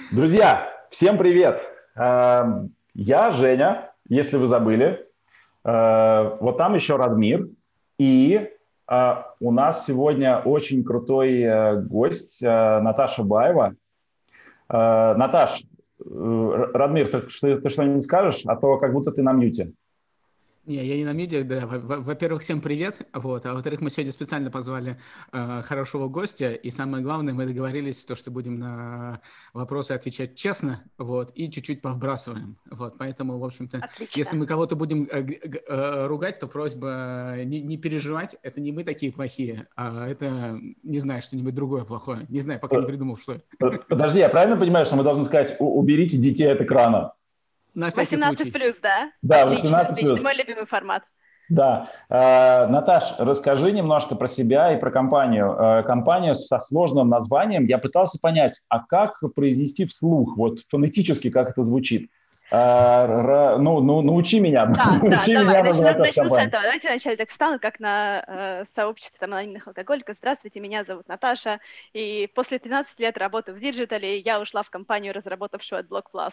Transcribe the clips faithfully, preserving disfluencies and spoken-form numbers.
Друзья, всем привет! Э, Я Женя, если вы забыли. Э, Вот там еще Радмир. И э, у нас сегодня очень крутой э, гость э, Наташа Баева. Э, Наташ, э, Радмир, ты, что- ты что-нибудь скажешь? А то как будто ты на мьюте. Не, я не на миде, да. Во- во- Во-первых, всем привет. Вот. А во-вторых, мы сегодня специально позвали э, хорошего гостя. И самое главное, мы договорились, то, что будем на вопросы отвечать честно, вот, и чуть-чуть повбрасываем. Вот. Поэтому, в общем-то, если Отлично. мы кого-то будем э, г- г- э, ругать, то просьба не, не переживать. Это не мы такие плохие, а это, не знаю, что-нибудь другое плохое. Не знаю, пока Э, не придумал, что. э, Подожди, я правильно понимаю, что мы должны сказать, «У- уберите детей от экрана»? На всякий восемнадцать случай. плюс, да? Да, Отлично, восемнадцать отлично. плюс. Мой любимый формат. Да. Э, Наташ, расскажи немножко про себя и про компанию. Э, Компания со сложным названием. Я пытался понять, а как произнести вслух, вот фонетически, как это звучит? Э, ра- Ну, ну, научи меня, Да, да, научи давай. меня Начну, называть эту начну с компанию. этого. Давайте вначале так стану, как на э, сообществе там, анонимных алкоголиков. Здравствуйте, меня зовут Наташа. И после тринадцати лет работы в диджитале я ушла в компанию, разработавшую AdBlock Plus.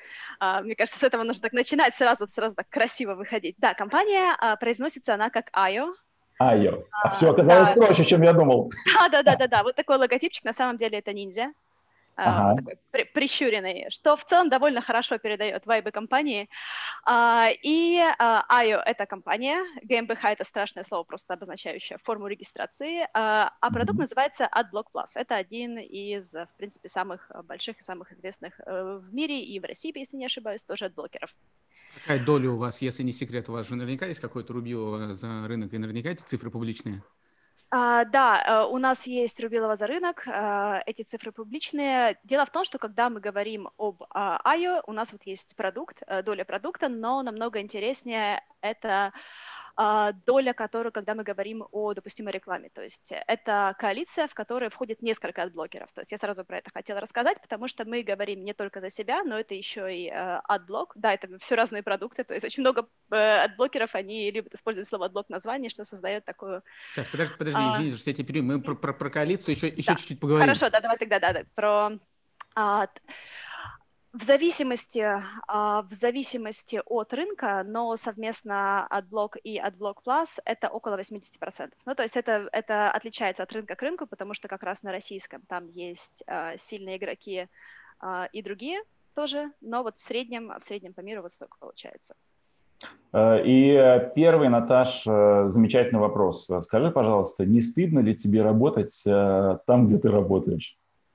А, мне кажется, с этого нужно так начинать, сразу, сразу так красиво выходить. Да, компания, а, произносится она как Айо. Айо. А все А, оказалось да, проще, чем я думал. да, да, да, да, да. Вот такой логотипчик, на самом деле это ниндзя. а, Ага. такой при- прищуренный, что в целом довольно хорошо передает вайбы компании. А, и а, Айо — это компания, GmbH — это страшное слово, просто обозначающее форму регистрации, а, а продукт Мгм. называется AdBlock Plus. Это один из, в принципе, самых больших и самых известных э, в мире и в России, если не ошибаюсь, тоже адблокеров. Какая доля у вас, если не секрет, у вас же наверняка есть какое-то рубилово за рынок, и наверняка эти цифры публичные? А, да, э, у нас есть Рубилова за рынок, э, эти цифры публичные. Дело в том, что когда мы говорим об а, айо, у нас вот есть продукт, э, доля продукта, но намного интереснее это а, доля, которую, когда мы говорим о допустимой рекламе. То есть это коалиция, в которой входит несколько адблокеров. То есть я сразу про это хотела рассказать, потому что мы говорим не только за себя, но это еще и э, адблок. Да, это все разные продукты, то есть очень много э, адблокеров, они любят использовать слово адблок в названии, что создает такую... Сейчас, подожди, подожди, а, извини, что я тебя перебью. Мы про, про, про коалицию еще, еще да, чуть-чуть поговорим. хорошо, да, давай тогда, да, да, про... а, т- в зависимости, а, в зависимости от рынка, но совместно AdBlock и AdBlock Plus это около восемьдесят процентов. Ну, то есть это, это отличается от рынка к рынку, потому что как раз на российском там есть а, сильные игроки а, и другие тоже, но вот в среднем, в среднем по миру вот столько получается. Э, И э, первый, Наташ, э, замечательный вопрос. Скажи, пожалуйста, не стыдно ли тебе работать э, там, где ты работаешь?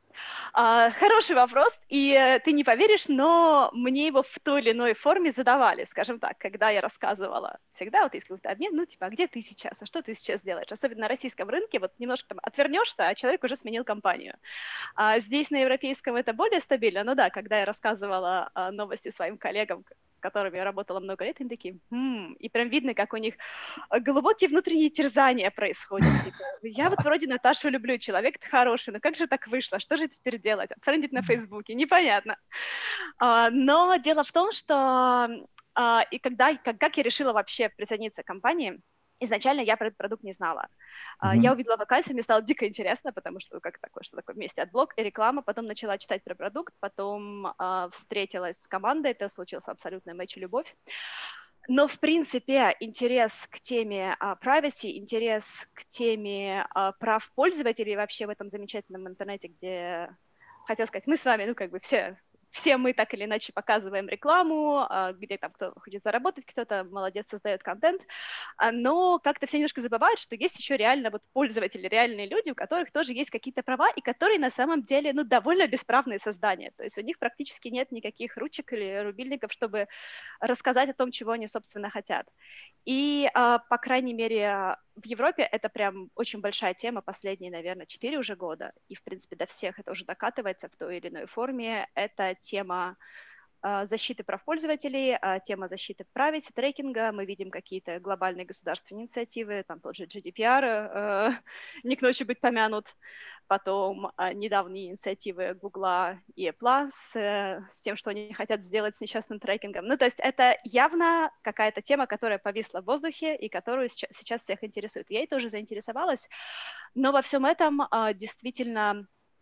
А, Хороший вопрос, и э, ты не поверишь, но мне его в той или иной форме задавали, скажем так, когда я рассказывала. Всегда вот есть какой-то обмен, ну типа, а где ты сейчас, а что ты сейчас делаешь? Особенно на российском рынке, вот немножко там отвернешься, а человек уже сменил компанию. А здесь на европейском это более стабильно, но да, когда я рассказывала а, новости своим коллегам, с которыми я работала много лет, они такие, «М-м», и прям видно, как у них глубокие внутренние терзания происходят. Типа, я вот вроде Наташу люблю, человек-то хороший, но как же так вышло? Что же теперь делать? Отфрендить на Фейсбуке? Непонятно. А, но дело в том, что а, и когда, как, как я решила вообще присоединиться к компании, изначально я про этот продукт не знала. А, Я Мгм. увидела вакансию, мне стало дико интересно, потому что ну, как такое, что такое вместе отблок и реклама, потом начала читать про продукт, потом а, встретилась с командой, это случился абсолютный матч и любовь. Но, в принципе, интерес к теме а, privacy, интерес к теме а, прав пользователей вообще в этом замечательном интернете, где, хотел сказать, мы с вами, ну, как бы все, все мы так или иначе показываем рекламу, а, где там кто хочет заработать, кто-то, молодец, создает контент, а, но как-то все немножко забывают, что есть еще реально вот пользователи, реальные люди, у которых тоже есть какие-то права, и которые на самом деле, ну, довольно бесправные создания, то есть у них практически нет никаких ручек или рубильников, чтобы рассказать о том, чего они, собственно, хотят. И, а, по крайней мере, в Европе это прям очень большая тема последние, наверное, четыре уже года, и, в принципе, до всех это уже докатывается в той или иной форме. Это тема а, защиты прав пользователей, а, тема защиты privacy трекинга. Мы видим какие-то глобальные государственные инициативы, там тот же джи ди пи ар, э, не к ночи быть помянут. Потом а, недавние инициативы Гугла и Apple с, э, с тем, что они хотят сделать с несчастным трекингом. Ну, то есть это явно какая-то тема, которая повисла в воздухе и которую сейчас, сейчас всех интересует. Я ей тоже заинтересовалась, но во всем этом а, действительно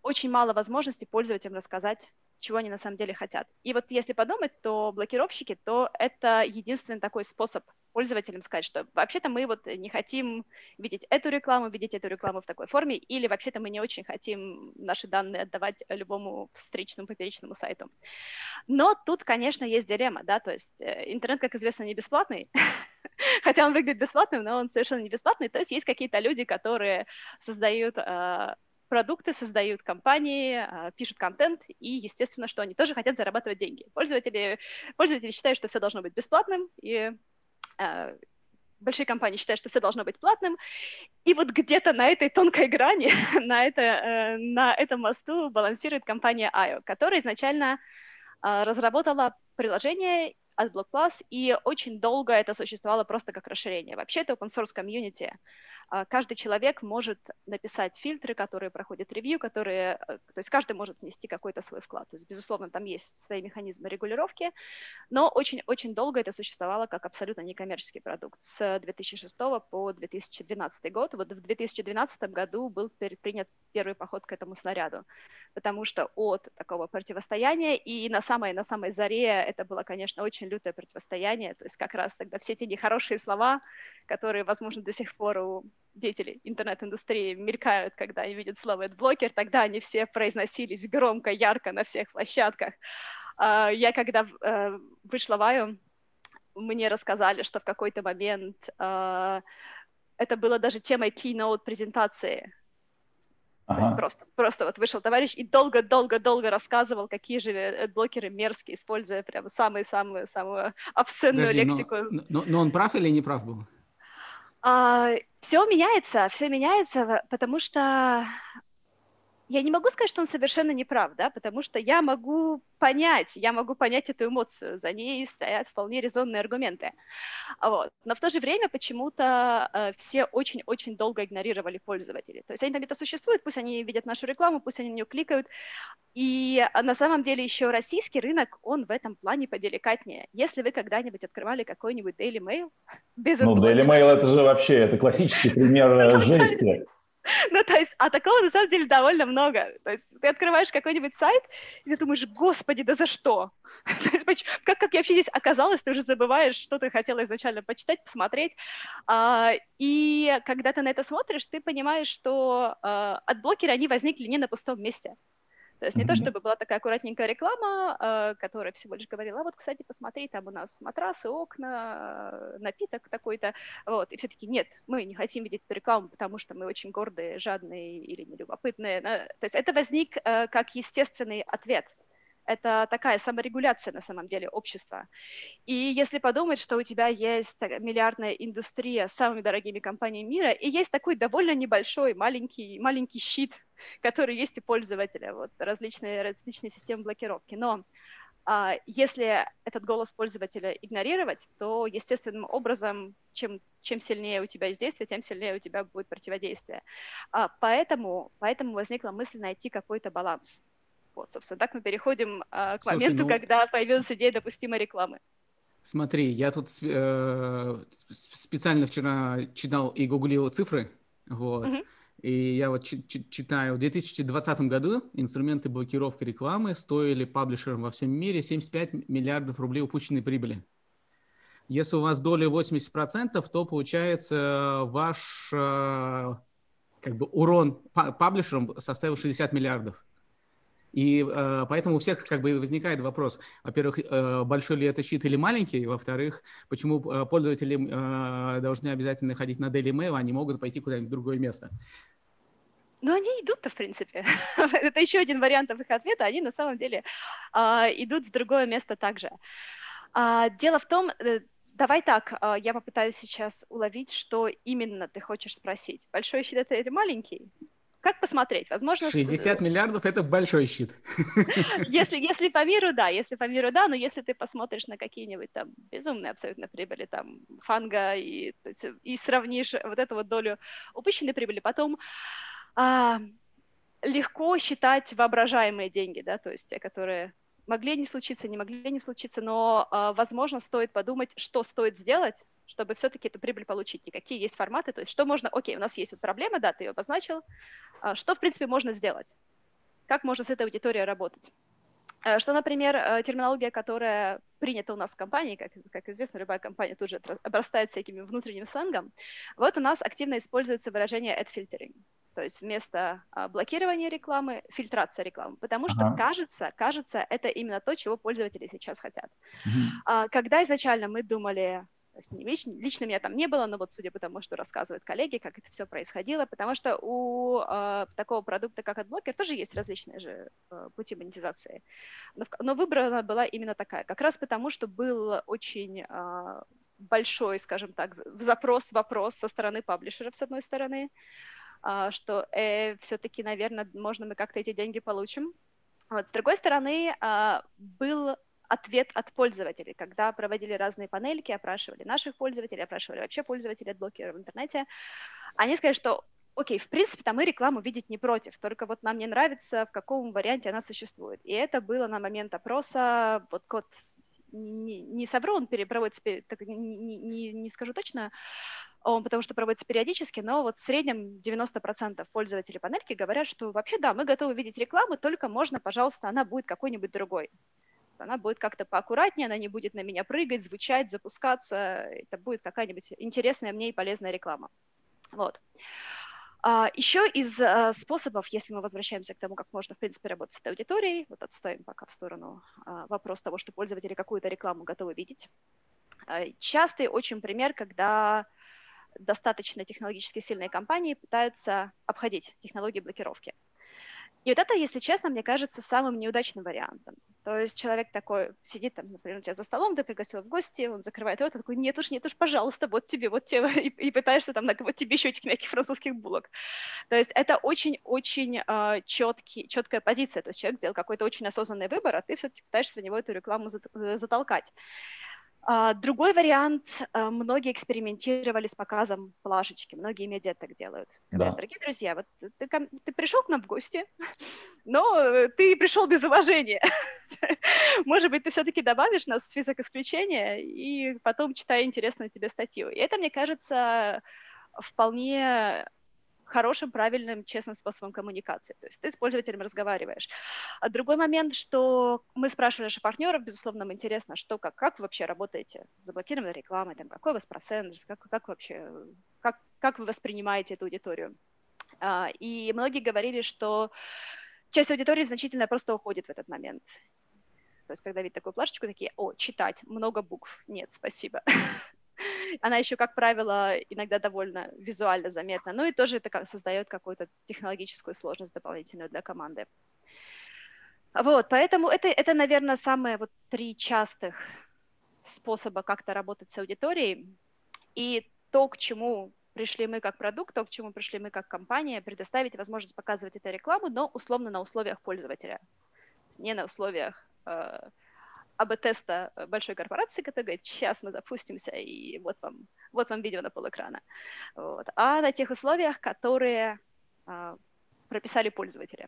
очень мало возможностей пользователям рассказать, чего они на самом деле хотят. И вот если подумать, то блокировщики, то это единственный такой способ пользователям сказать, что вообще-то мы вот не хотим видеть эту рекламу, видеть эту рекламу в такой форме, или вообще-то мы не очень хотим наши данные отдавать любому встречному поперечному сайту. Но тут, конечно, есть дилемма, да, то есть интернет, как известно, не бесплатный, хотя он выглядит бесплатным, но он совершенно не бесплатный, то есть есть какие-то люди, которые создают э, продукты, создают компании, э, пишут контент, и, естественно, что они тоже хотят зарабатывать деньги. Пользователи, пользователи считают, что все должно быть бесплатным, и э, большие компании считают, что все должно быть платным, и вот где-то на этой тонкой грани, на, это, э, на этом мосту балансирует компания ай о, которая изначально э, разработала приложение AdBlock Plus, и очень долго это существовало просто как расширение. Вообще это open-source комьюнити. Каждый человек может написать фильтры, которые проходят ревью, которые, то есть каждый может внести какой-то свой вклад. То есть, безусловно, там есть свои механизмы регулировки, но очень-очень долго это существовало как абсолютно некоммерческий продукт. С две тысячи шестого по две тысячи двенадцатый год. Вот в две тысячи двенадцатом году был предпринят первый поход к этому снаряду, потому что от такого противостояния, и на самой, на самой заре это было, конечно, очень лютое противостояние, то есть как раз тогда все те нехорошие слова, которые, возможно, до сих пор у деятелей интернет-индустрии мелькают, когда они видят слово «адблокер», тогда они все произносились громко, ярко на всех площадках. Я когда вышла в ай о, мне рассказали, что в какой-то момент это было даже темой keynote презентации. Ага. То есть просто, просто вот вышел товарищ и долго-долго-долго рассказывал, какие же блокеры мерзкие, используя прям самую-самую-самую обсценную Подожди, лексику. Но, но, но он прав или не прав был? А, все меняется, все меняется, потому что я не могу сказать, что он совершенно не прав, да, потому что я могу понять, я могу понять эту эмоцию, за ней стоят вполне резонные аргументы. Вот. Но в то же время почему-то э, все очень-очень долго игнорировали пользователей. То есть они там где-то существуют, пусть они видят нашу рекламу, пусть они на нее кликают. И на самом деле еще российский рынок, он в этом плане поделикатнее. Если вы когда-нибудь открывали какой-нибудь Daily Mail без Ну, Daily Mail это же вообще, это классический пример жести. Ну, то есть, а такого на самом деле довольно много. То есть ты открываешь какой-нибудь сайт, и ты думаешь, господи, да за что? То есть, как, как я вообще здесь оказалась, ты уже забываешь, что ты хотела изначально почитать, посмотреть. А, и когда ты на это смотришь, ты понимаешь, что а, адблокеры, они возникли не на пустом месте. То есть не mm-hmm. то, чтобы была такая аккуратненькая реклама, э, которая всего лишь говорила, а вот, кстати, посмотри, там у нас матрасы, окна, напиток такой-то. Вот. И все таки нет, мы не хотим видеть эту рекламу, потому что мы очень гордые, жадные или нелюбопытные. То есть это возник э, как естественный ответ. Это такая саморегуляция, на самом деле, общества. И если подумать, что у тебя есть миллиардная индустрия с самыми дорогими компаниями мира, и есть такой довольно небольшой, маленький, маленький щит, который есть у пользователя, вот, различные, различные системы блокировки. Но а, если этот голос пользователя игнорировать, то естественным образом, чем, чем сильнее у тебя есть действие, тем сильнее у тебя будет противодействие. А, поэтому, поэтому возникла мысль найти какой-то баланс. Вот, собственно, так мы переходим э, к Слушай, моменту, ну, когда появилась идея допустимой рекламы. Смотри, я тут э, специально вчера читал и гуглил цифры, вот, mm-hmm. и я вот ч- ч- читаю, в две тысячи двадцатом году инструменты блокировки рекламы стоили паблишерам во всем мире семьдесят пять миллиардов рублей упущенной прибыли. Если у вас доля восемьдесят процентов, то получается ваш э, как бы урон паблишерам составил шестьдесят миллиардов. И э, поэтому у всех как бы возникает вопрос, во-первых, э, большой ли это щит или маленький, во-вторых, почему э, пользователи э, должны обязательно ходить на Daily Mail, а не могут пойти куда-нибудь в другое место. Ну, они идут-то, в принципе. Это еще один вариант их ответа. Они на самом деле э, идут в другое место также. А, дело в том, э, давай так, э, я попытаюсь сейчас уловить, что именно ты хочешь спросить. Большой щит это или маленький? Как посмотреть? Возможно, шестьдесят с... миллиардов – это большой щит. Если, если по миру, да, если по миру, да, но если ты посмотришь на какие-нибудь там безумные абсолютно прибыли, там, фанга, и, то есть, и сравнишь вот эту вот долю упущенной прибыли, потом а, легко считать воображаемые деньги, да, то есть те, которые могли не случиться, не могли не случиться, но, а, возможно, стоит подумать, что стоит сделать, чтобы все-таки эту прибыль получить, и какие есть форматы, то есть что можно, окей, у нас есть вот проблема, да, ты ее обозначил, а, что, в принципе, можно сделать? как можно с этой аудиторией работать. Что, например, терминология, которая принята у нас в компании, как, как известно, любая компания тут же обрастает всякими внутренним сленгом. Вот у нас активно используется выражение ad filtering, то есть вместо блокирования рекламы фильтрация рекламы, потому что ага. кажется, кажется, это именно то, чего пользователи сейчас хотят. Угу. Когда изначально мы думали, то есть лично, лично меня там не было, но вот судя по тому, что рассказывают коллеги, как это все происходило, потому что у э, такого продукта, как AdBlocker, тоже есть различные же э, пути монетизации. Но, но выбрана была именно такая, как раз потому, что был очень э, большой, скажем так, запрос-вопрос со стороны паблишеров, с одной стороны, э, что э, все-таки, наверное, можно мы как-то эти деньги получим. Вот. С другой стороны, э, был ответ от пользователей, когда проводили разные панельки, опрашивали наших пользователей, опрашивали вообще пользователей AdBlocker в интернете, они сказали, что окей, в принципе-то мы рекламу видеть не против, только вот нам не нравится, в каком варианте она существует. И это было на момент опроса, вот код не, не совру, он проводится, так, не, не, не скажу точно, он потому что проводится периодически, но вот в среднем девяносто процентов пользователей панельки говорят, что вообще да, мы готовы видеть рекламу, только можно, пожалуйста, она будет какой-нибудь другой. Она будет как-то поаккуратнее, она не будет на меня прыгать, звучать, запускаться. Это будет какая-нибудь интересная мне и полезная реклама. Вот. А, еще из а, способов, если мы возвращаемся к тому, как можно, в принципе, работать с этой аудиторией, вот отставим пока в сторону а, вопрос того, что пользователи какую-то рекламу готовы видеть. А, частый очень пример, когда достаточно технологически сильные компании пытаются обходить технологии блокировки. И вот это, если честно, мне кажется самым неудачным вариантом. То есть человек такой сидит, там, например, у тебя за столом, ты пригласил в гости, он закрывает рот, такой, нет уж, нет уж, пожалуйста, вот тебе, вот тебе, и, и пытаешься там, вот тебе еще этих мягких французских булок. То есть это очень-очень э, четкий, четкая позиция. То есть человек сделал какой-то очень осознанный выбор, а ты все-таки пытаешься в него эту рекламу затолкать. Uh, другой вариант, uh, многие экспериментировали с показом плашечки, многие медиа так делают. Говорят, да. Дорогие друзья, вот ты, ты пришел к нам в гости, но ты пришел без уважения. Может быть, ты все-таки добавишь нас в список исключения и потом читай интересную тебе статью. И это, мне кажется, вполне хорошим, правильным, честным способом коммуникации. То есть ты с пользователем разговариваешь. А другой момент, что мы спрашивали наших партнеров, безусловно, нам интересно, что, как, как вы вообще работаете с заблокированной рекламой, там, какой у вас процент, как, как вообще, как, как вы воспринимаете эту аудиторию. А, и многие говорили, что часть аудитории значительно просто уходит в этот момент. То есть когда видят такую плашечку, такие, о, читать, много букв, нет, спасибо. Она еще, как правило, иногда довольно визуально заметна. Ну и тоже это создает какую-то технологическую сложность дополнительную для команды. Вот, поэтому это, это, наверное, самые вот три частых способа как-то работать с аудиторией. И то, к чему пришли мы как продукт, то, к чему пришли мы как компания, предоставить возможность показывать эту рекламу, но условно на условиях пользователя. Не на условиях э, АБ-теста большой корпорации, которая говорит, сейчас мы запустимся, и вот вам, вот вам видео на полэкрана. Вот. А на тех условиях, которые а, прописали пользователи.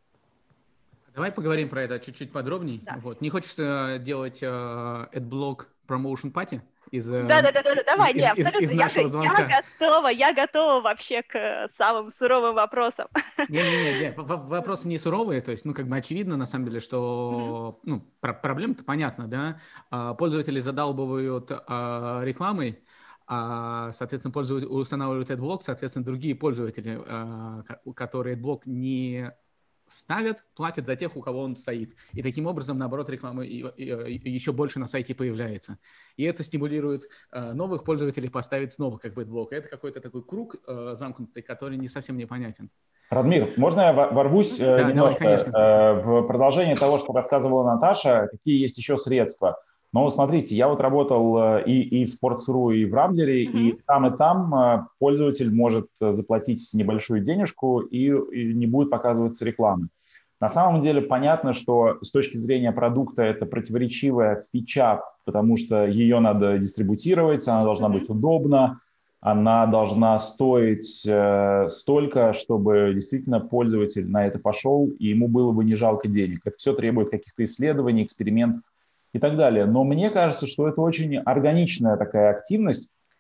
Давай поговорим про это чуть-чуть подробнее. Да. Вот. Не хочется делать uh, AdBlock Promotion Party из, да, да, да, да, давай, из, не, из, из нашего я, звонка? Я готова, я готова вообще к самым суровым вопросам. Не-не-не, вопросы не суровые, то есть, ну, как бы очевидно, на самом деле, что, mm-hmm. ну, про- проблема-то понятна, да, пользователи задалбывают а, рекламой, а, соответственно, пользователи устанавливают AdBlock, соответственно, другие пользователи, а, которые AdBlock не ставят, платят за тех, у кого он стоит. И таким образом, наоборот, реклама еще больше на сайте появляется. И это стимулирует э, новых пользователей поставить снова как бы AdBlock. Это какой-то такой круг э, замкнутый, который не совсем непонятен. Радмир, можно я ворвусь э, да, немножко давай, э, в продолжение того, что рассказывала Наташа, какие есть еще средства? Но смотрите, я вот работал и, и в Sports.ru, и в Рамблере, mm-hmm. и там, и там пользователь может заплатить небольшую денежку, и, и не будет показываться реклама. На самом деле понятно, что с точки зрения продукта это противоречивая фича, потому что ее надо дистрибутировать, она должна mm-hmm. быть удобна, она должна стоить э, столько, чтобы действительно пользователь на это пошел, и ему было бы не жалко денег. Это все требует каких-то исследований, экспериментов и так далее. Но мне кажется, что это очень органичная такая активность.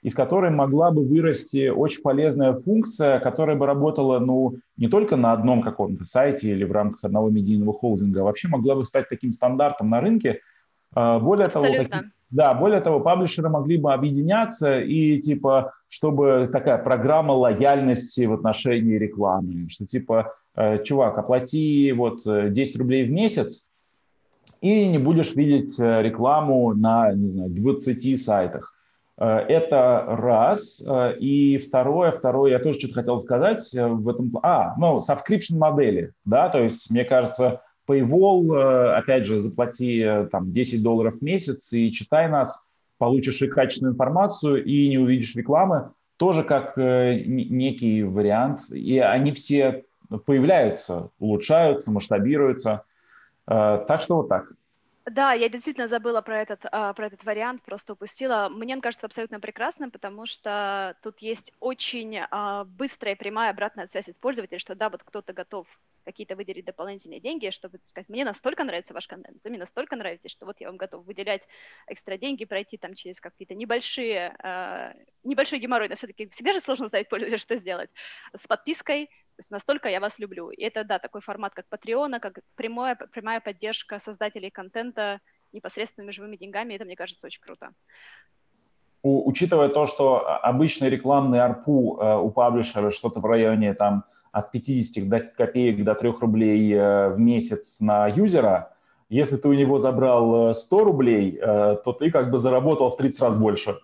из которой могла бы вырасти очень полезная функция, которая бы работала, ну, не только на одном каком-то сайте или в рамках одного медийного холдинга, а вообще могла бы стать таким стандартом на рынке. Более того, такие, да, более того, паблишеры могли бы объединяться и, типа, чтобы такая программа лояльности в отношении рекламы, что, типа, чувак, оплати вот десять рублей в месяц, и не будешь видеть рекламу на, не знаю, двадцати сайтах. Это раз. И второе, второе, я тоже что-то хотел сказать в этом. А, ну, subscription модели, да, то есть, мне кажется, Paywall, опять же, заплати там десять долларов в месяц и читай нас, получишь и качественную информацию, и не увидишь рекламы, тоже как некий вариант. И они все появляются, улучшаются, масштабируются. Так что вот так. Да, я действительно забыла про этот, про этот вариант, просто упустила. Мне он кажется абсолютно прекрасным, потому что тут есть очень быстрая, прямая обратная связь от пользователя, что да, вот кто-то готов какие-то выделить дополнительные деньги, чтобы сказать, мне настолько нравится ваш контент, вы мне настолько нравитесь, что вот я вам готов выделять экстра деньги, пройти там через какие-то небольшие, небольшой геморрой, но все-таки всегда же сложно заставить пользователя что сделать, с подпиской. То есть настолько я вас люблю. И это, да, такой формат, как Patreon, как прямая, прямая поддержка создателей контента непосредственными живыми деньгами. Это, мне кажется, очень круто. У, учитывая то, что обычный рекламный арпу э, у паблишера что-то в районе там, от пятидесяти копеек до трёх рублей э, в месяц на юзера, если ты у него забрал сто рублей, э, то ты как бы заработал в тридцать раз больше.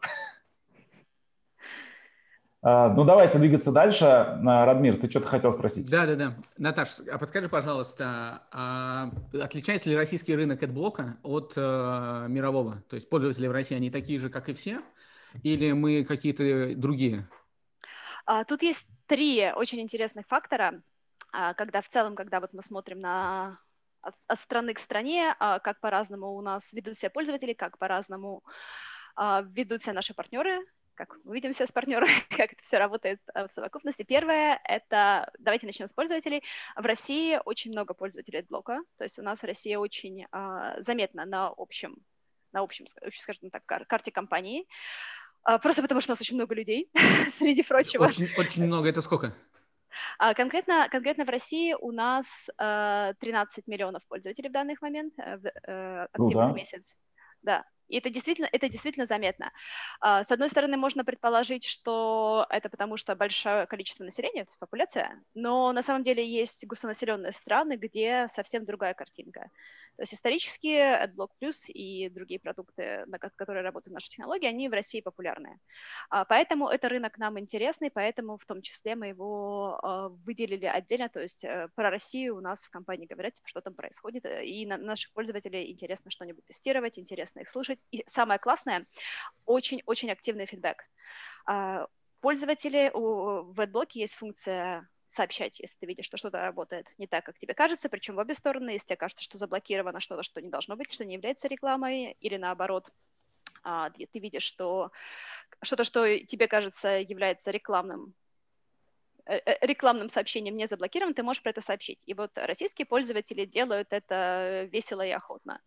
Ну, давайте двигаться дальше. Радмир, ты что-то хотел спросить? Да, да, да. Наташ, а подскажи, пожалуйста, а отличается ли российский рынок адблока от э, мирового? То есть пользователи в России, они такие же, как и все? Или мы какие-то другие? А, тут есть три очень интересных фактора, а, когда в целом, когда вот мы смотрим на от, от страны к стране, а, как по-разному у нас ведут себя пользователи, как по-разному а, ведут себя наши партнеры, как мы видим все с партнерами, как это все работает в совокупности. Первое, это, давайте начнем с пользователей. В России очень много пользователей адблока, то есть у нас Россия очень а, заметна на общем, на общем, скажем так, кар- карте компании, а, просто потому что у нас очень много людей, среди прочего. Очень, очень много, это сколько? А, конкретно, конкретно в России у нас а, тринадцать миллионов пользователей в данный момент, а, активных в месяц. Да. И это действительно, это действительно заметно. С одной стороны, можно предположить, что это потому, что большое количество населения, то есть популяция, но на самом деле есть густонаселенные страны, где совсем другая картинка. То есть исторически AdBlock Plus и другие продукты, на которые работают наши технологии, они в России популярны. Поэтому это рынок нам интересный, поэтому в том числе мы его выделили отдельно, то есть про Россию у нас в компании говорят, что там происходит, и на наших пользователей интересно что-нибудь тестировать, интересно их слушать. И самое классное, очень-очень активный фидбэк. Пользователи, в AdBlock есть функция сообщать, если ты видишь, что что-то работает не так, как тебе кажется, причем в обе стороны, если тебе кажется, что заблокировано что-то, что не должно быть, что не является рекламой, или наоборот, ты видишь, что что-то, что тебе кажется является рекламным, рекламным сообщением не заблокировано, ты можешь про это сообщить. И вот российские пользователи делают это весело и охотно.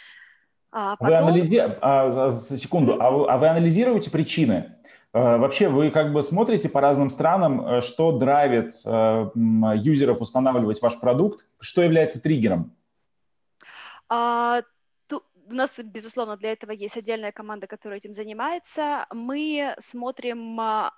А потом... Вы анализи... а, секунду, mm-hmm. а, вы, а вы анализируете причины? Вообще, вы как бы смотрите по разным странам, что драйвит юзеров устанавливать ваш продукт, что является триггером? А, ту, у нас, безусловно, для этого есть отдельная команда, которая этим занимается. Мы смотрим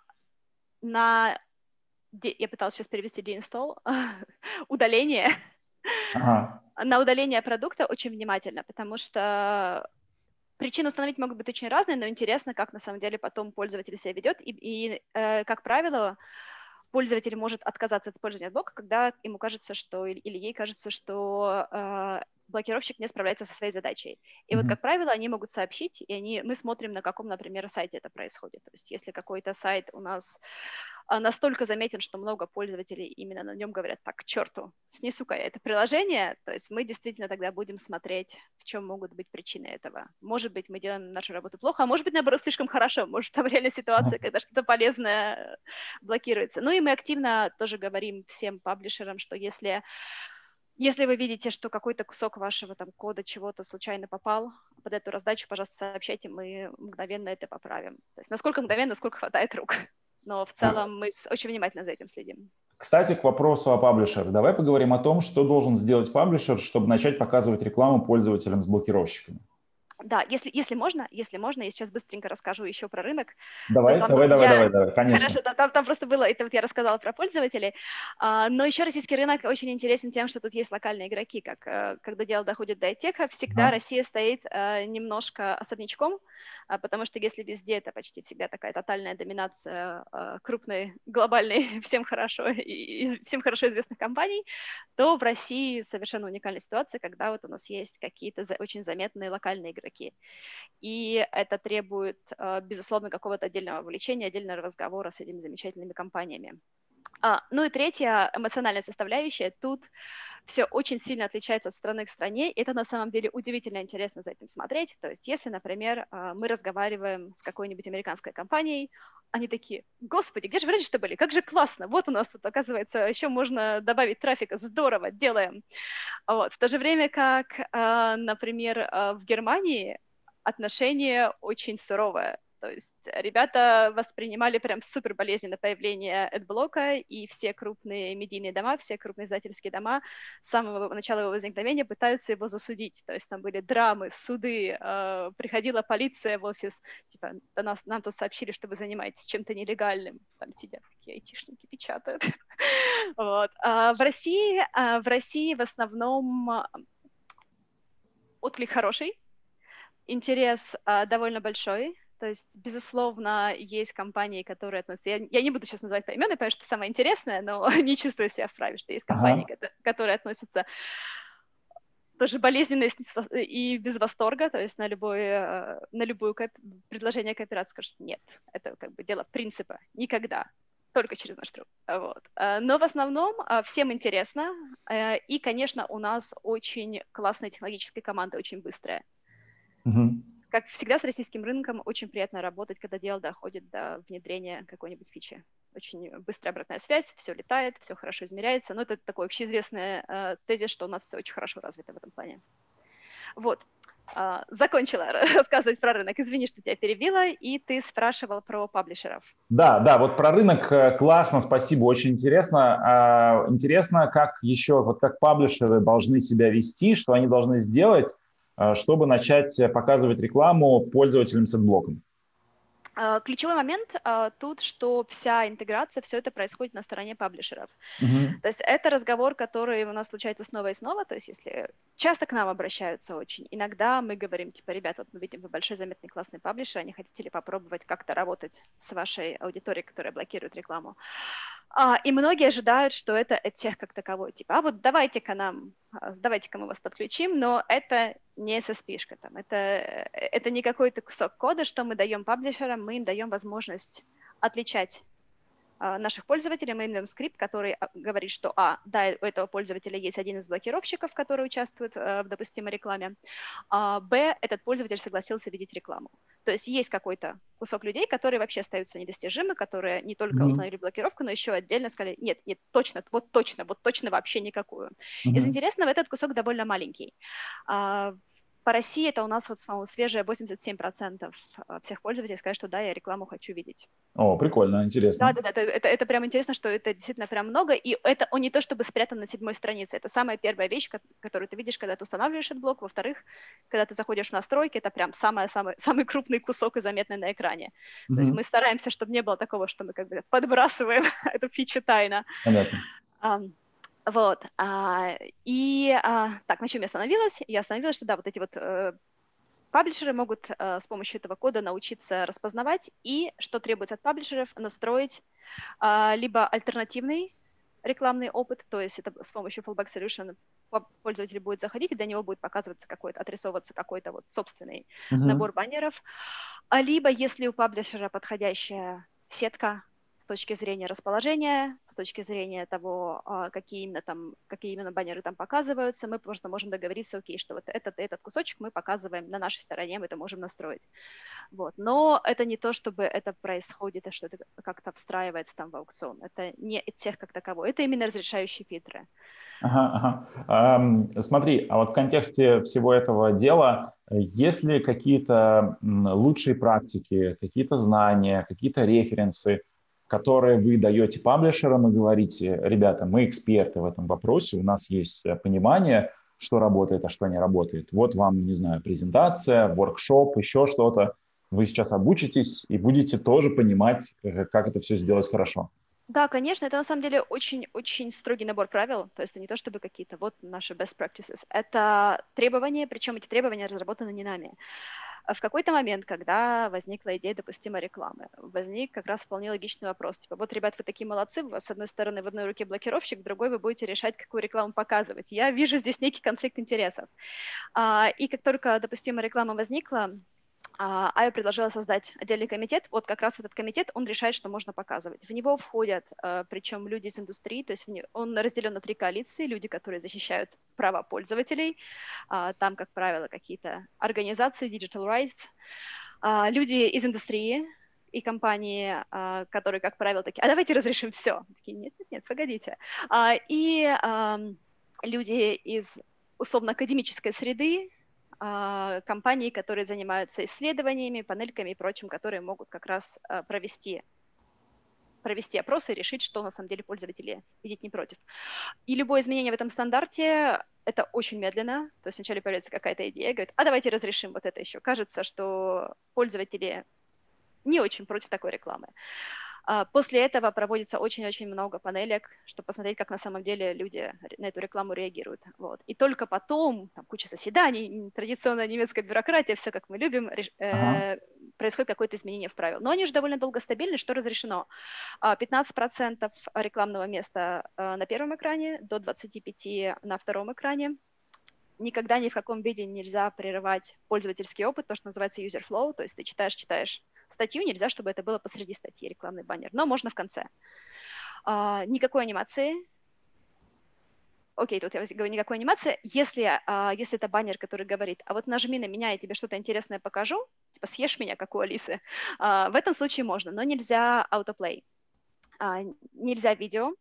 на... Я пыталась сейчас перевести deinstall, удаление. Ага. На удаление продукта очень внимательно, потому что причины установить могут быть очень разные, но интересно, как на самом деле потом пользователь себя ведет. И, и э, как правило, пользователь может отказаться от использования блока, когда ему кажется, что или ей кажется, что э, блокировщик не справляется со своей задачей. И mm-hmm. вот, как правило, они могут сообщить, и они, мы смотрим, на каком, например, сайте это происходит. То есть если какой-то сайт у нас настолько заметен, что много пользователей именно на нем говорят, так, к черту, снесу-ка я это приложение, то есть мы действительно тогда будем смотреть, в чем могут быть причины этого. Может быть, мы делаем нашу работу плохо, а может быть, наоборот, слишком хорошо, может, там реально ситуация, когда что-то полезное блокируется. Ну и мы активно тоже говорим всем паблишерам, что если Если вы видите, что какой-то кусок вашего там кода чего-то случайно попал под эту раздачу, пожалуйста, сообщайте, мы мгновенно это поправим. То есть насколько мгновенно, сколько хватает рук. Но в целом мы очень внимательно за этим следим. Кстати, к вопросу о паблишерах. Давай поговорим о том, что должен сделать паблишер, чтобы начать показывать рекламу пользователям с блокировщиками. Да, если, если можно, если можно, я сейчас быстренько расскажу еще про рынок. Давай, там, давай, давай, я... давай, давай, конечно. Хорошо, да, там, там просто было, это вот я рассказала про пользователей, а, но еще российский рынок очень интересен тем, что тут есть локальные игроки, как а, когда дело доходит до айтеха, всегда ага. Россия стоит а, немножко особнячком, а, потому что если везде это почти всегда такая тотальная доминация а, крупной, глобальной, всем хорошо, и, и всем хорошо известных компаний, то в России совершенно уникальная ситуация, когда вот у нас есть какие-то за, очень заметные локальные игроки. И это требует, безусловно, какого-то отдельного вовлечения, отдельного разговора с этими замечательными компаниями. А, ну и третья, эмоциональная составляющая. Тут все очень сильно отличается от страны к стране, и это на самом деле удивительно интересно за этим смотреть. То есть если, например, мы разговариваем с какой-нибудь американской компанией, они такие: господи, где же вы раньше-то были? Как же классно! Вот у нас тут, оказывается, еще можно добавить трафика, здорово, делаем. Вот. В то же время как, например, в Германии отношение очень суровое. То есть ребята воспринимали прям супер болезненно появление AdBlock, и все крупные медийные дома, все крупные издательские дома с самого начала его возникновения пытаются его засудить. То есть там были драмы, суды, э, приходила полиция в офис, типа, до нас, нам тут сообщили, что вы занимаетесь чем-то нелегальным. Там сидят такие айтишники, печатают. Вот. А в России, а в России в основном отклик хороший, интерес а, довольно большой, то есть, безусловно, есть компании, которые относятся... Я, я не буду сейчас называть поименно, потому что это самое интересное, но не чувствую себя вправе, что есть компании, ага. которые относятся тоже болезненно и без восторга, то есть на, любое, на любое кооп... предложение кооперации скажут: нет, это как бы дело принципа, никогда, только через наш труд. Вот. Но в основном всем интересно, и, конечно, у нас очень классная технологическая команда, очень быстрая. Угу. Как всегда с российским рынком очень приятно работать, когда дело доходит до внедрения какой-нибудь фичи. Очень быстрая обратная связь, все летает, все хорошо измеряется. Но это такой общеизвестный э, тезис, что у нас все очень хорошо развито в этом плане. Вот. Э, закончила рассказывать про рынок. Извини, что тебя перебила, и ты спрашивал про паблишеров. Да, да, вот про рынок классно, спасибо, очень интересно. Интересно, как еще, вот как паблишеры должны себя вести, что они должны сделать, чтобы начать показывать рекламу пользователям с адблоком. Ключевой момент тут, что вся интеграция, все это происходит на стороне паблишеров. Uh-huh. То есть это разговор, который у нас случается снова и снова. То есть если часто к нам обращаются очень, иногда мы говорим, типа: ребята, вот мы видим, вы большой, заметный, классный паблишер, не хотите ли попробовать как-то работать с вашей аудиторией, которая блокирует рекламу? А, и многие ожидают, что это EdTech как таковой, типа: а вот давайте-ка нам, давайте-ка мы вас подключим, но это не эс эс пи-шка, там, это, это не какой-то кусок кода, что мы даем паблишерам, мы им даем возможность отличать а, наших пользователей, мы им даем скрипт, который говорит, что а, да, у этого пользователя есть один из блокировщиков, который участвует а, в допустимой рекламе, а б, этот пользователь согласился видеть рекламу. То есть есть какой-то кусок людей, которые вообще остаются недостижимы, которые не только mm-hmm. установили блокировку, но еще отдельно сказали: нет, нет, точно, вот точно, вот точно вообще никакую. Mm-hmm. Из интересного, этот кусок довольно маленький. По России это у нас, вот, по-моему, свежее восемьдесят семь процентов всех пользователей сказали, что да, я рекламу хочу видеть. О, прикольно, интересно. Да, да, да, это, это, это прям интересно, что это действительно прям много, и это он не то чтобы спрятан на седьмой странице, это самая первая вещь, которую ты видишь, когда ты устанавливаешь адблок. Во-вторых, когда ты заходишь в настройки, это прям самый-самый самый крупный кусок и заметный на экране. Mm-hmm. То есть мы стараемся, чтобы не было такого, что мы как бы подбрасываем эту фичу тайно. Понятно. Um, Вот, а, и а, так, на чем я остановилась? Я остановилась, что да, вот эти вот э, паблишеры могут э, с помощью этого кода научиться распознавать, и что требуется от паблишеров, настроить э, либо альтернативный рекламный опыт, то есть это с помощью fallback solution пользователь будет заходить, и для него будет показываться какой-то, отрисовываться какой-то вот собственный uh-huh. набор баннеров, а либо если у паблишера подходящая сетка с точки зрения расположения, с точки зрения того, какие именно, там, какие именно баннеры там показываются, мы просто можем договориться, окей, что вот этот, этот кусочек мы показываем на нашей стороне, мы это можем настроить. Вот. Но это не то, чтобы это происходит, а что это как-то встраивается там в аукцион. Это не тех как таковой, это именно разрешающие фильтры. Ага, ага. Ам, смотри, а вот в контексте всего этого дела, э, есть ли какие-то м, лучшие практики, какие-то знания, какие-то референсы, которые вы даете паблишерам и говорите: ребята, мы эксперты в этом вопросе, у нас есть э, понимание, что работает, а что не работает. Вот вам, не знаю, презентация, воркшоп, еще что-то. Вы сейчас обучитесь и будете тоже понимать, э, как это все сделать хорошо. Да, конечно, это на самом деле очень-очень строгий набор правил, то есть это не то чтобы какие-то вот наши best practices, это требования, причем эти требования разработаны не нами. В какой-то момент, когда возникла идея допустимой рекламы, возник как раз вполне логичный вопрос, типа, вот, ребят, вы такие молодцы, у вас с одной стороны в одной руке блокировщик, в другой вы будете решать, какую рекламу показывать. Я вижу здесь некий конфликт интересов. И как только допустимая реклама возникла, Айо предложила создать отдельный комитет. Вот как раз этот комитет, он решает, что можно показывать. В него входят, причем люди из индустрии, то есть он разделен на три коалиции. Люди, которые защищают права пользователей, там, как правило, какие-то организации, digital rights, люди из индустрии и компании, которые, как правило, такие: а давайте разрешим все. Такие: нет, нет, нет, погодите. И люди из условно-академической среды, компании, которые занимаются исследованиями, панельками и прочим, которые могут как раз провести, провести опросы и решить, что на самом деле пользователи видят не против. И любое изменение в этом стандарте — это очень медленно. То есть вначале появляется какая-то идея, говорит: а давайте разрешим вот это еще. Кажется, что пользователи не очень против такой рекламы. После этого проводится очень-очень много панелек, чтобы посмотреть, как на самом деле люди на эту рекламу реагируют. Вот. И только потом, там куча заседаний, традиционная немецкая бюрократия, все как мы любим, Ага. э, происходит какое-то изменение в правил. Но они же довольно долго стабильны, что разрешено. пятнадцать процентов рекламного места на первом экране, до двадцать пять процентов на втором экране. Никогда ни в каком виде нельзя прерывать пользовательский опыт, то, что называется user flow, то есть ты читаешь, читаешь статью, нельзя, чтобы это было посреди статьи, рекламный баннер, но можно в конце. А, никакой анимации. Окей, тут я говорю никакой анимации. Если, а, если это баннер, который говорит: а вот нажми на меня, я тебе что-то интересное покажу, типа съешь меня, как у Алисы, а, в этом случае можно, но нельзя autoplay, а, нельзя видео.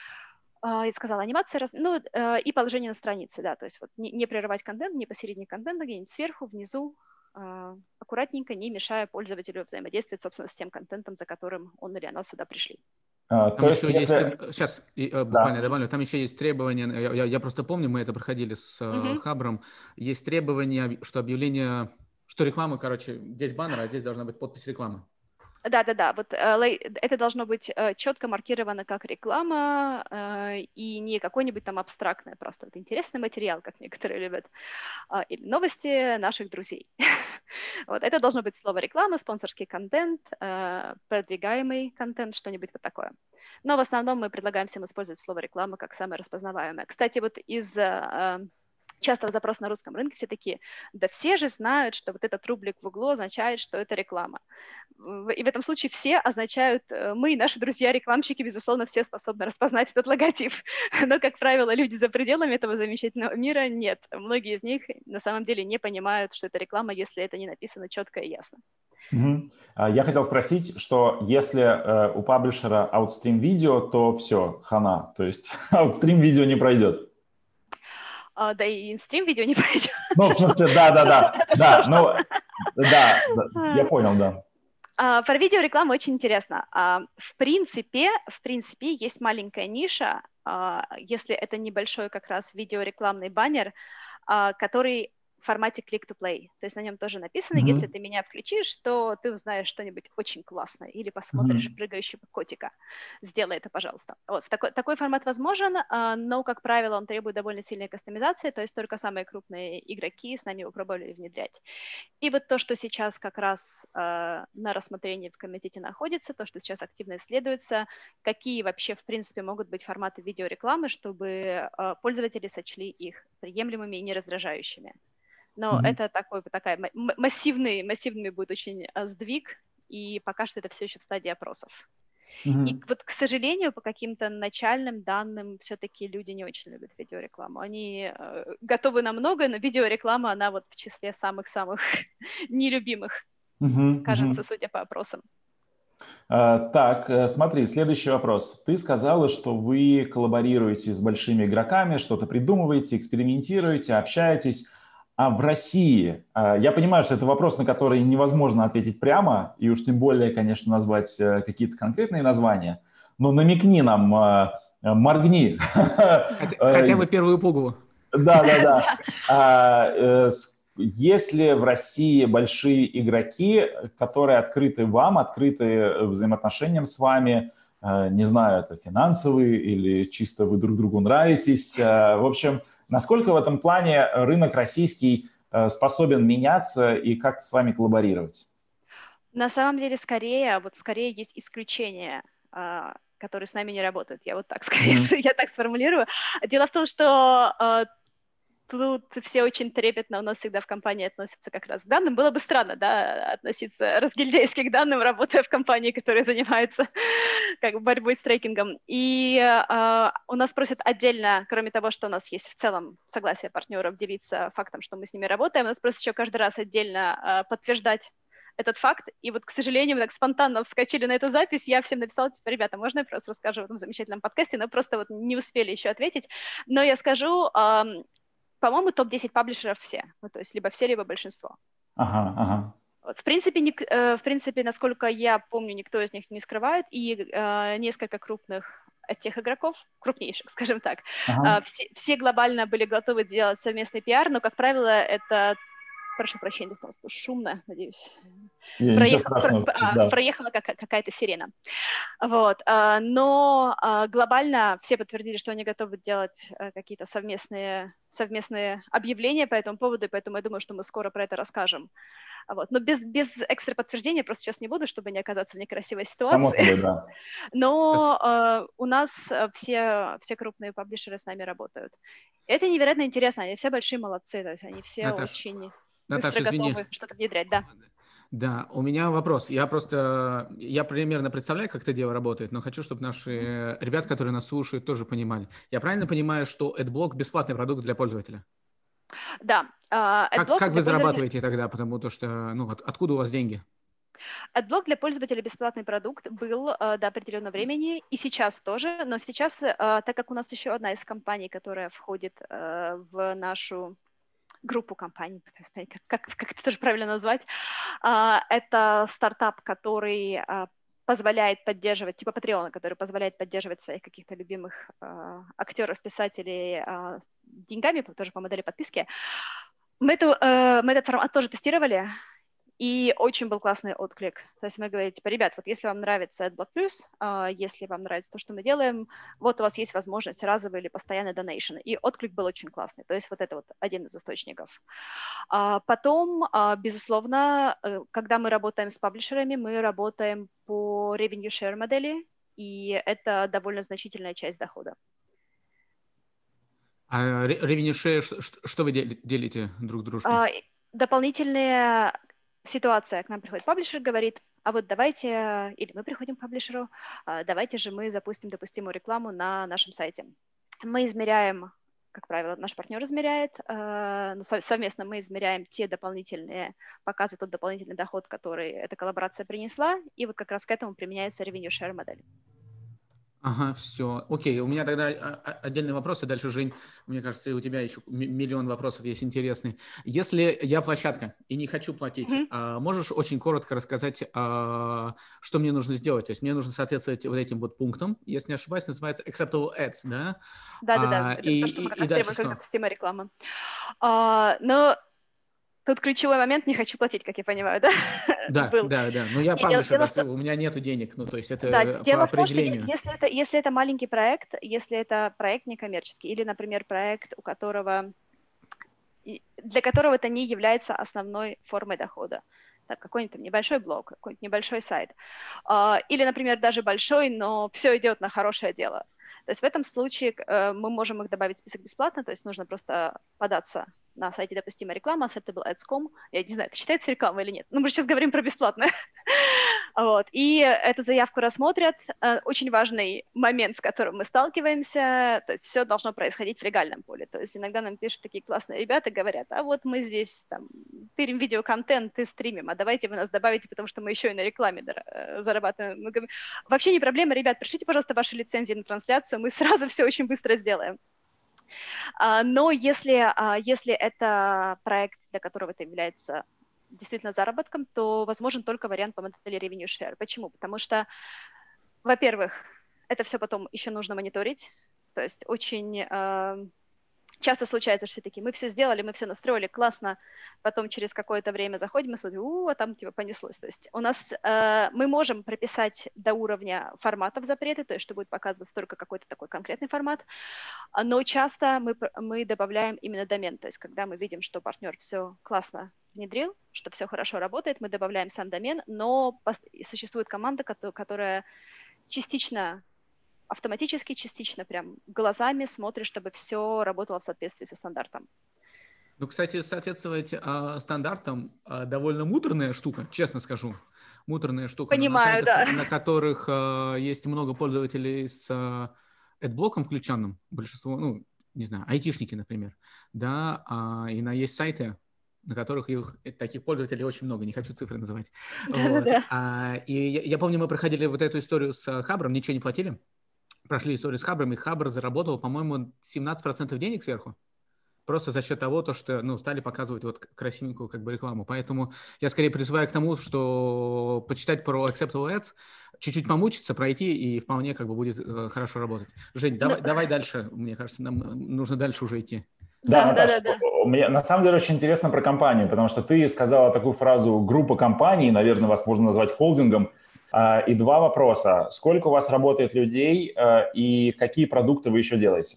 Я сказала, анимация, ну, и положение на странице, да, то есть вот не, не прерывать контент, не посередине контента, где-нибудь сверху, внизу, аккуратненько, не мешая пользователю взаимодействовать, собственно, с тем контентом, за которым он или она сюда пришли. А, Там то еще есть, есть, если... сейчас буквально Да. я добавлю, там еще есть требования, я, я, я просто помню, мы это проходили с uh-huh. Хабром, есть требования, что объявление, что реклама, короче, здесь баннер, а здесь должна быть подпись рекламы. Да-да-да, вот это должно быть четко маркировано как реклама и не какой-нибудь там абстрактное просто. Это интересный материал, как некоторые любят, или новости наших друзей. Вот это должно быть слово реклама, спонсорский контент, продвигаемый контент, что-нибудь вот такое. Но в основном мы предлагаем всем использовать слово реклама как самое распознаваемое. Кстати, вот из... Часто запрос на русском рынке все такие: да все же знают, что вот этот рублик в углу означает, что это реклама. И в этом случае все означают мы, наши друзья-рекламщики, безусловно, все способны распознать этот логотип. Но, как правило, люди за пределами этого замечательного мира нет. Многие из них на самом деле не понимают, что это реклама, если это не написано четко и ясно. Угу. Я хотел спросить, что если э, у паблишера Outstream видео, то все, хана, то есть Outstream видео не пройдет. Uh, да и инстрим видео не пройдет. Ну, в смысле, да, да, да, да, ну, да, я понял, да. Uh, про видеорекламу очень интересно. Uh, в принципе, в принципе, есть маленькая ниша, uh, если это небольшой как раз видеорекламный баннер, uh, который в формате click-to-play. То есть на нем тоже написано: mm-hmm. если ты меня включишь, то ты узнаешь что-нибудь очень классное или посмотришь mm-hmm. прыгающего котика. Сделай это, пожалуйста. Вот, такой, такой формат возможен, но, как правило, он требует довольно сильной кастомизации, то есть только самые крупные игроки с нами его пробовали внедрять. И вот то, что сейчас как раз э, на рассмотрении в комитете находится, то, что сейчас активно исследуется, какие вообще, в принципе, могут быть форматы видеорекламы, чтобы э, пользователи сочли их приемлемыми и не раздражающими. Но mm-hmm. это такой, такая массивный, массивный будет очень сдвиг, и пока что это все еще в стадии опросов. Mm-hmm. И вот, к сожалению, по каким-то начальным данным все-таки люди не очень любят видеорекламу. Они э, готовы на многое, но видеореклама, она вот в числе самых-самых нелюбимых, mm-hmm. кажется, судя по опросам. А, Так, э, смотри, следующий вопрос. Ты сказала, что вы коллаборируете с большими игроками, что-то придумываете, экспериментируете, общаетесь. А в России, а, я понимаю, что это вопрос, на который невозможно ответить прямо, и уж тем более, конечно, назвать э, какие-то конкретные названия, но намекни нам, э, э, моргни. Хотя, хотя Э, бы первую пугу. Да, да, да. А, э, с- Есть ли в России большие игроки, которые открыты вам, открыты э, взаимоотношениям с вами? Э, Не знаю, это финансовые или чисто вы друг другу нравитесь. Э, В общем, насколько в этом плане рынок российский э, способен меняться и как с вами коллаборировать? На самом деле, скорее, вот скорее есть исключения, а, которые с нами не работают. Я вот так скорее, Мгм. я так сформулирую. Дело в том, что а, тут все очень трепетно у нас всегда в компании относятся как раз к данным. Было бы странно, да, относиться разгильдейски к данным, работая в компании, которая занимается как бы борьбой с трекингом. И а, у нас просят отдельно, кроме того, что у нас есть в целом согласие партнеров делиться фактом, что мы с ними работаем, у нас просят еще каждый раз отдельно а, подтверждать этот факт, и вот, к сожалению, мы так спонтанно вскочили на эту запись, я всем написала, типа, ребята, можно я просто расскажу в этом замечательном подкасте, но просто вот не успели еще ответить, но я скажу, эм, по-моему, топ десять паблишеров все, ну, то есть либо все, либо большинство. Ага, ага. Вот, в принципе, не, э, в принципе, насколько я помню, никто из них не скрывает, и э, несколько крупных от тех игроков, крупнейших, скажем так, э, Ага. все, все глобально были готовы делать совместный пиар, но, как правило, это, прошу прощения, просто шумно, надеюсь, И ничего проехала, про, страшного, а, да. проехала как, какая-то сирена. Вот. а, Но а, глобально все подтвердили, что они готовы делать а, какие-то совместные, совместные объявления по этому поводу, и поэтому я думаю, что мы скоро про это расскажем. А Вот. Но без, без экстра подтверждения просто сейчас не буду, чтобы не оказаться в некрасивой Само ситуации. собой, да. Но а, у нас а, все, все крупные паблишеры с нами работают. И это невероятно интересно, они все большие молодцы, то есть они все Наташ, очень быстро Наташа, извини. готовы что-то внедрять, да. Да, у меня вопрос. Я просто, я примерно представляю, как это дело работает, но хочу, чтобы наши Мгм. э, ребята, которые нас слушают, тоже понимали. Я правильно понимаю, что AdBlock бесплатный продукт для пользователя? Да, а, Как, AdBlock как для вы пользователя. зарабатываете тогда? Потому то, что, ну, от- откуда у вас деньги? AdBlock для пользователя бесплатный продукт был э, до определенного времени, и сейчас тоже, но сейчас, э, так как у нас еще одна из компаний, которая входит э, в нашу группу компаний, пытаюсь понять, как, как, как это тоже правильно назвать, а, это стартап, который а, позволяет поддерживать, типа Patreon, который позволяет поддерживать своих каких-то любимых а, актеров, писателей а, деньгами, тоже по модели подписки. Мы, эту, э, мы этот формат тоже тестировали, и очень был классный отклик. То есть мы говорим, типа, ребят, вот если вам нравится AdBlock Plus, э, если вам нравится то, что мы делаем, вот у вас есть возможность разовый или постоянный донейшн. И отклик был очень классный. То есть вот это вот один из источников. А потом, а, безусловно, э, когда мы работаем с паблишерами, мы работаем по revenue share модели, и это довольно значительная часть дохода. А ре- revenue share, ш- ш- что вы дели- делите друг с дружкой? А, и дополнительная ситуация. К нам приходит паблишер, говорит, а вот давайте, или мы приходим к паблишеру, а, давайте же мы запустим допустимую рекламу на нашем сайте. Мы измеряем, как правило, наш партнер измеряет, э, ну, со- совместно мы измеряем те дополнительные показы, тот дополнительный доход, который эта коллаборация принесла, и вот как раз к этому применяется revenue share модель. Ага, все. Окей, у меня тогда а, а, отдельный вопрос, и дальше, Жень, мне кажется, и у тебя еще м- миллион вопросов есть интересные. Если я площадка и не хочу платить, Мгм. а, можешь очень коротко рассказать, а, что мне нужно сделать? То есть мне нужно соответствовать вот этим вот пунктам, если не ошибаюсь, называется acceptable ads, да? Да-да-да, А, это и, то, что мы и, как и раз дальше требуем как что? допустимая реклама. А, но тут ключевой момент, не хочу платить, как я понимаю, да, Да, был. да, да. Но я И дело, паблишер, дело в том, у меня нету денег, ну то есть да, это по дело в том, что е- определению. если это, если это маленький проект, если это проект некоммерческий, или, например, проект, у которого, и- для которого это не является основной формой дохода, так, какой-нибудь там небольшой блог, какой-нибудь небольшой сайт, а, или, например, даже большой, но все идет на хорошее дело. То есть в этом случае э, мы можем их добавить в список бесплатно, то есть нужно просто податься на сайте допустимая реклама, acceptable ads точка com. Я не знаю, это считается рекламой или нет. Но мы же сейчас говорим про бесплатное. Вот. И эту заявку рассмотрят. Э, Очень важный момент, с которым мы сталкиваемся, то есть все должно происходить в легальном поле. То есть иногда нам пишут такие классные ребята, говорят, а вот мы здесь там тырим видеоконтент и стримим, а давайте вы нас добавите, потому что мы еще и на рекламе зарабатываем. Мы говорим, вообще не проблема, ребят, пришлите, пожалуйста, ваши лицензии на трансляцию, мы сразу все очень быстро сделаем. Но если, если это проект, для которого это является действительно заработком, то возможен только вариант по модели revenue share. Почему? Потому что, во-первых, это все потом еще нужно мониторить, то есть очень э, часто случается, что все такие, мы все сделали, мы все настроили, классно, потом через какое-то время заходим и смотрим, у, а там типа понеслось. То есть у нас, э, мы можем прописать до уровня форматов запреты, то есть что будет показываться только какой-то такой конкретный формат, но часто мы, мы добавляем именно домен, то есть когда мы видим, что партнер все классно внедрил, что все хорошо работает, мы добавляем сам домен, но существует команда, которая частично автоматически, частично прям глазами смотрит, чтобы все работало в соответствии со стандартом. Ну, кстати, соответствовать э, стандартам э, довольно муторная штука, честно скажу. Муторная штука. Понимаю, на сайтах, да. На которых э, есть много пользователей с э, адблоком включенным, большинство, ну, не знаю, айтишники, например, да, а, и на есть сайты, на которых их, таких пользователей очень много, не хочу цифры называть. Вот. А, и я, я помню, мы проходили вот эту историю с Хабром, ничего не платили, прошли историю с Хабром, и Хабр заработал, по-моему, семнадцать процентов денег сверху. Просто за счет того, то, что ну, стали показывать вот красивенькую как бы рекламу. Поэтому я скорее призываю к тому, что почитать про Acceptable Ads, чуть-чуть помучиться, пройти, и вполне как бы будет э, хорошо работать. Жень, давай, ну, давай дальше. Мне кажется, нам нужно дальше уже идти. Да, да, Наташа, да, да, да. Мне на самом деле очень интересно про компанию, потому что ты сказала такую фразу «группа компаний», наверное, вас можно назвать холдингом. И два вопроса. Сколько у вас работает людей и какие продукты вы еще делаете?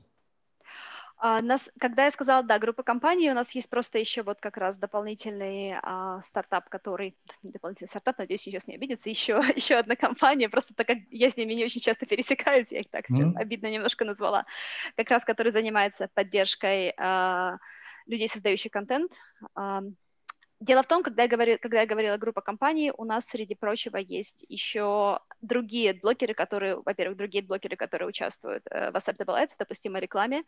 Uh, нас, когда я сказала, да, группа компаний, у нас есть просто еще вот как раз дополнительный uh, стартап, который, дополнительный стартап, надеюсь, сейчас не обидится, еще, еще одна компания, просто так как я с ними не очень часто пересекаюсь, я их так сейчас mm-hmm. обидно немножко назвала, как раз который занимается поддержкой uh, людей, создающих контент. Uh, Дело в том, когда я, говорю, когда я говорила группа компаний, у нас, среди прочего, есть еще другие блогеры, которые, во-первых, другие блогеры, которые участвуют в Acceptable Ads, допустимой рекламе.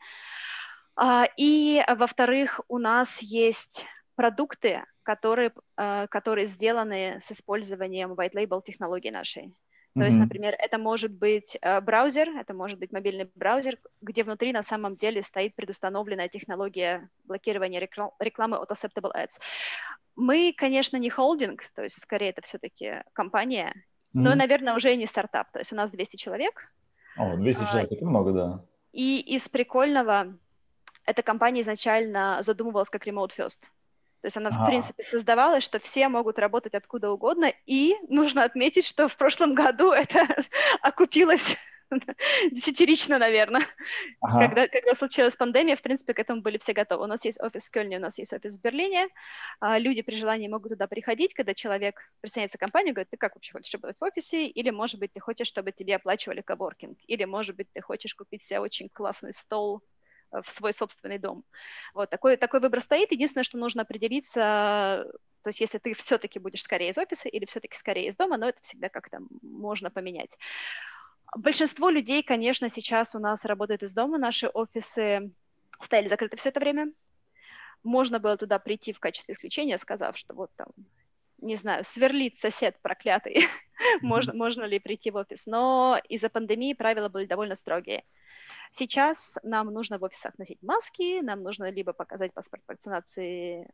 И, во-вторых, у нас есть продукты, которые, которые сделаны с использованием white label технологии нашей. То mm-hmm. есть, например, это может быть браузер, это может быть мобильный браузер, где внутри на самом деле стоит предустановленная технология блокирования рекламы от Acceptable Ads. Мы, конечно, не холдинг, то есть скорее это все-таки компания, mm-hmm. но, наверное, уже и не стартап. То есть у нас двести человек. О, двести человек, а, это много, да. И из прикольного, эта компания изначально задумывалась как remote first. То есть она, а. в принципе, создавалась, что все могут работать откуда угодно, и нужно отметить, что в прошлом году это окупилось десятирично, наверное. Ага. Когда, когда случилась пандемия, в принципе, к этому были все готовы. У нас есть офис в Кёльне, у нас есть офис в Берлине. Люди при желании могут туда приходить, когда человек присоединяется к компании, говорит, ты как вообще хочешь работать в офисе? Или, может быть, ты хочешь, чтобы тебе оплачивали коворкинг? Или, может быть, ты хочешь купить себе очень классный стол в свой собственный дом. Вот, такой, такой выбор стоит. Единственное, что нужно определиться, то есть если ты все-таки будешь скорее из офиса или все-таки скорее из дома, но это всегда как-то можно поменять. Большинство людей, конечно, сейчас у нас работают из дома. Наши офисы стояли закрыты все это время. Можно было туда прийти в качестве исключения, сказав, что вот там, не знаю, сверлит сосед проклятый, mm-hmm. можно, можно ли прийти в офис. Но из-за пандемии правила были довольно строгие. Сейчас нам нужно в офисах носить маски, нам нужно либо показать паспорт вакцинации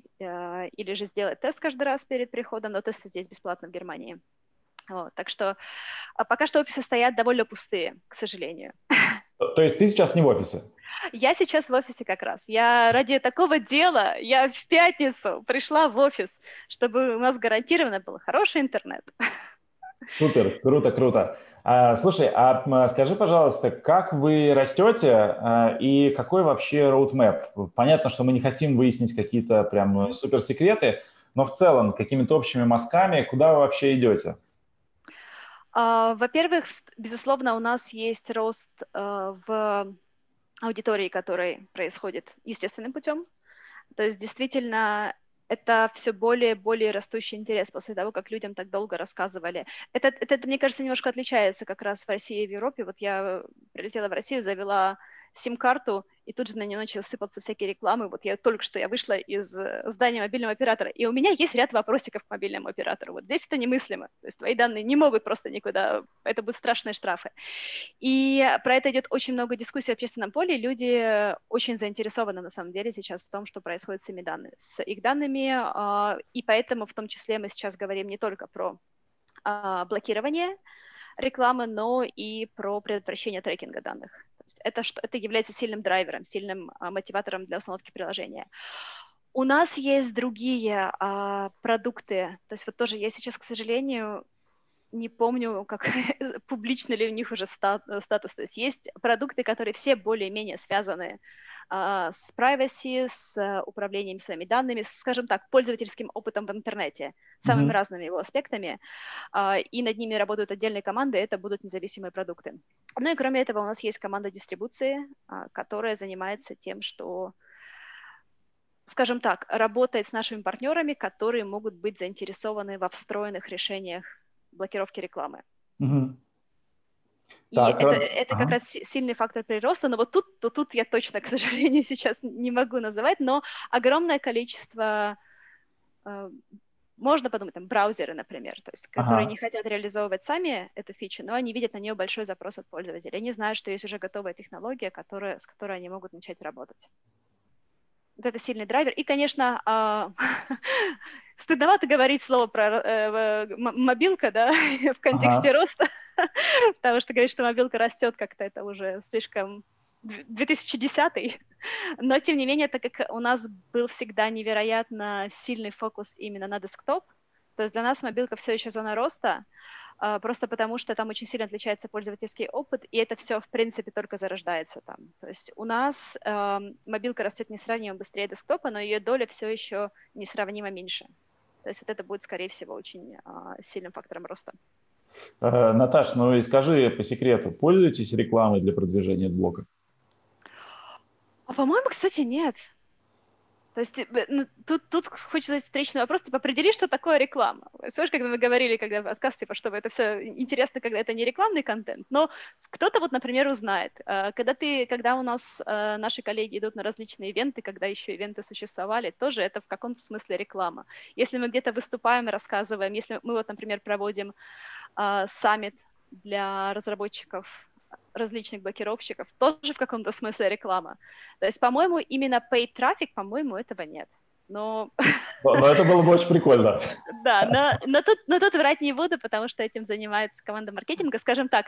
или же сделать тест каждый раз перед приходом, но тесты здесь бесплатно в Германии. Вот, так что пока что офисы стоят довольно пустые, к сожалению. То есть ты сейчас не в офисе? Я сейчас в офисе как раз. Я ради такого дела, я в пятницу пришла в офис, чтобы у нас гарантированно был хороший интернет. Супер, круто, круто. А, слушай, а скажи, пожалуйста, как вы растете а, и какой вообще роудмэп? Понятно, что мы не хотим выяснить какие-то прям суперсекреты, но в целом какими-то общими мазками, куда вы вообще идете? Uh, во-первых, безусловно, у нас есть рост uh, в аудитории, который происходит естественным путем. То есть действительно это все более и более растущий интерес после того, как людям так долго рассказывали. Это, это, это, мне кажется, немножко отличается как раз в России и в Европе. Вот я прилетела в Россию, завела сим-карту, и тут же на нее начали сыпаться всякие рекламы. Вот я только что я вышла из здания мобильного оператора, и у меня есть ряд вопросиков к мобильному оператору. Вот здесь это немыслимо. То есть твои данные не могут просто никуда, это будут страшные штрафы. И про это идет очень много дискуссий в общественном поле. Люди очень заинтересованы на самом деле сейчас в том, что происходит с, ими данными, с их данными, и поэтому в том числе мы сейчас говорим не только про блокирование рекламы, но и про предотвращение трекинга данных. То есть это, что, это является сильным драйвером, сильным а, мотиватором для установки приложения. У нас есть другие а, продукты, то есть вот тоже я сейчас, к сожалению, не помню, как публично ли у них уже стат, статус. То есть есть продукты, которые все более-менее связаны а, с privacy, с а, управлением своими данными, с, скажем так, пользовательским опытом в интернете, самыми mm-hmm. разными его аспектами, а, и над ними работают отдельные команды, это будут независимые продукты. Ну и кроме этого у нас есть команда дистрибуции, а, которая занимается тем, что, скажем так, работает с нашими партнерами, которые могут быть заинтересованы во встроенных решениях блокировки рекламы. Mm-hmm. И так, это, это ага. как раз сильный фактор прироста, но вот тут, то, тут я точно, к сожалению, сейчас не могу называть, но огромное количество, э, можно подумать, там, браузеры, например, то есть, которые ага. не хотят реализовывать сами эту фичу, но они видят на нее большой запрос от пользователей. Они знают, что есть уже готовая технология, которая, с которой они могут начать работать. Вот это сильный драйвер. И, конечно, э, стыдновато говорить слово про э, мобилка, да, в контексте ага. роста, потому что говорить, что мобилка растет, как-то это уже слишком две тысячи десятый. Но, тем не менее, так как у нас был всегда невероятно сильный фокус именно на десктоп, то есть для нас мобилка все еще зона роста, просто потому что там очень сильно отличается пользовательский опыт, и это все, в принципе, только зарождается там. То есть у нас э, мобилка растет несравнимо быстрее десктопа, но ее доля все еще несравнимо меньше. То есть вот это будет, скорее всего, очень э, сильным фактором роста. Э, Наташ, ну и скажи по секрету, пользуетесь рекламой для продвижения блога? А по-моему, кстати, нет. То есть ну, тут, тут хочется задать встречный вопрос, типа, определи, что такое реклама. Знаешь, когда мы говорили, когда в подкасте, типа, что это все интересно, когда это не рекламный контент, но кто-то вот, например, узнает. Когда, ты, когда у нас наши коллеги идут на различные ивенты, когда еще ивенты существовали, тоже это в каком-то смысле реклама. Если мы где-то выступаем и рассказываем, если мы вот, например, проводим саммит для разработчиков различных блокировщиков, тоже в каком-то смысле реклама. То есть, по-моему, именно paid traffic, по-моему, этого нет. Но, но, но это было бы очень прикольно. Да, но, но, тут, но тут врать не буду, потому что этим занимается команда маркетинга. Скажем так,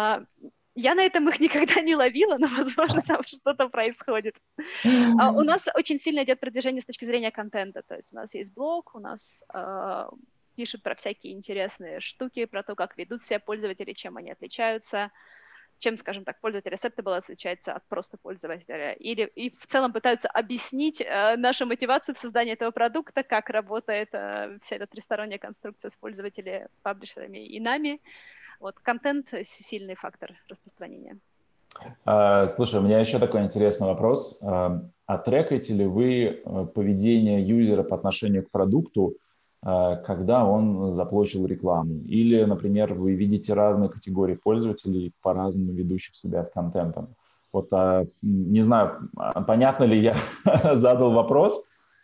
я на этом их никогда не ловила, но, возможно, там что-то происходит. У нас очень сильно идет продвижение с точки зрения контента. То есть у нас есть блог, у нас пишут про всякие интересные штуки, про то, как ведут себя пользователи, чем они отличаются, чем, скажем так, пользователь Acceptable отличается от просто пользователя. Или и в целом пытаются объяснить э, нашу мотивацию в создании этого продукта, как работает э, вся эта тристоронняя конструкция с пользователями, паблишерами и нами. Вот контент — сильный фактор распространения. А, слушай, у меня еще такой интересный вопрос. А, а трекаете ли вы поведение юзера по отношению к продукту, когда он заплатил рекламу? Или, например, вы видите разные категории пользователей, по-разному ведущих себя с контентом? Вот, не знаю, понятно ли я задал вопрос?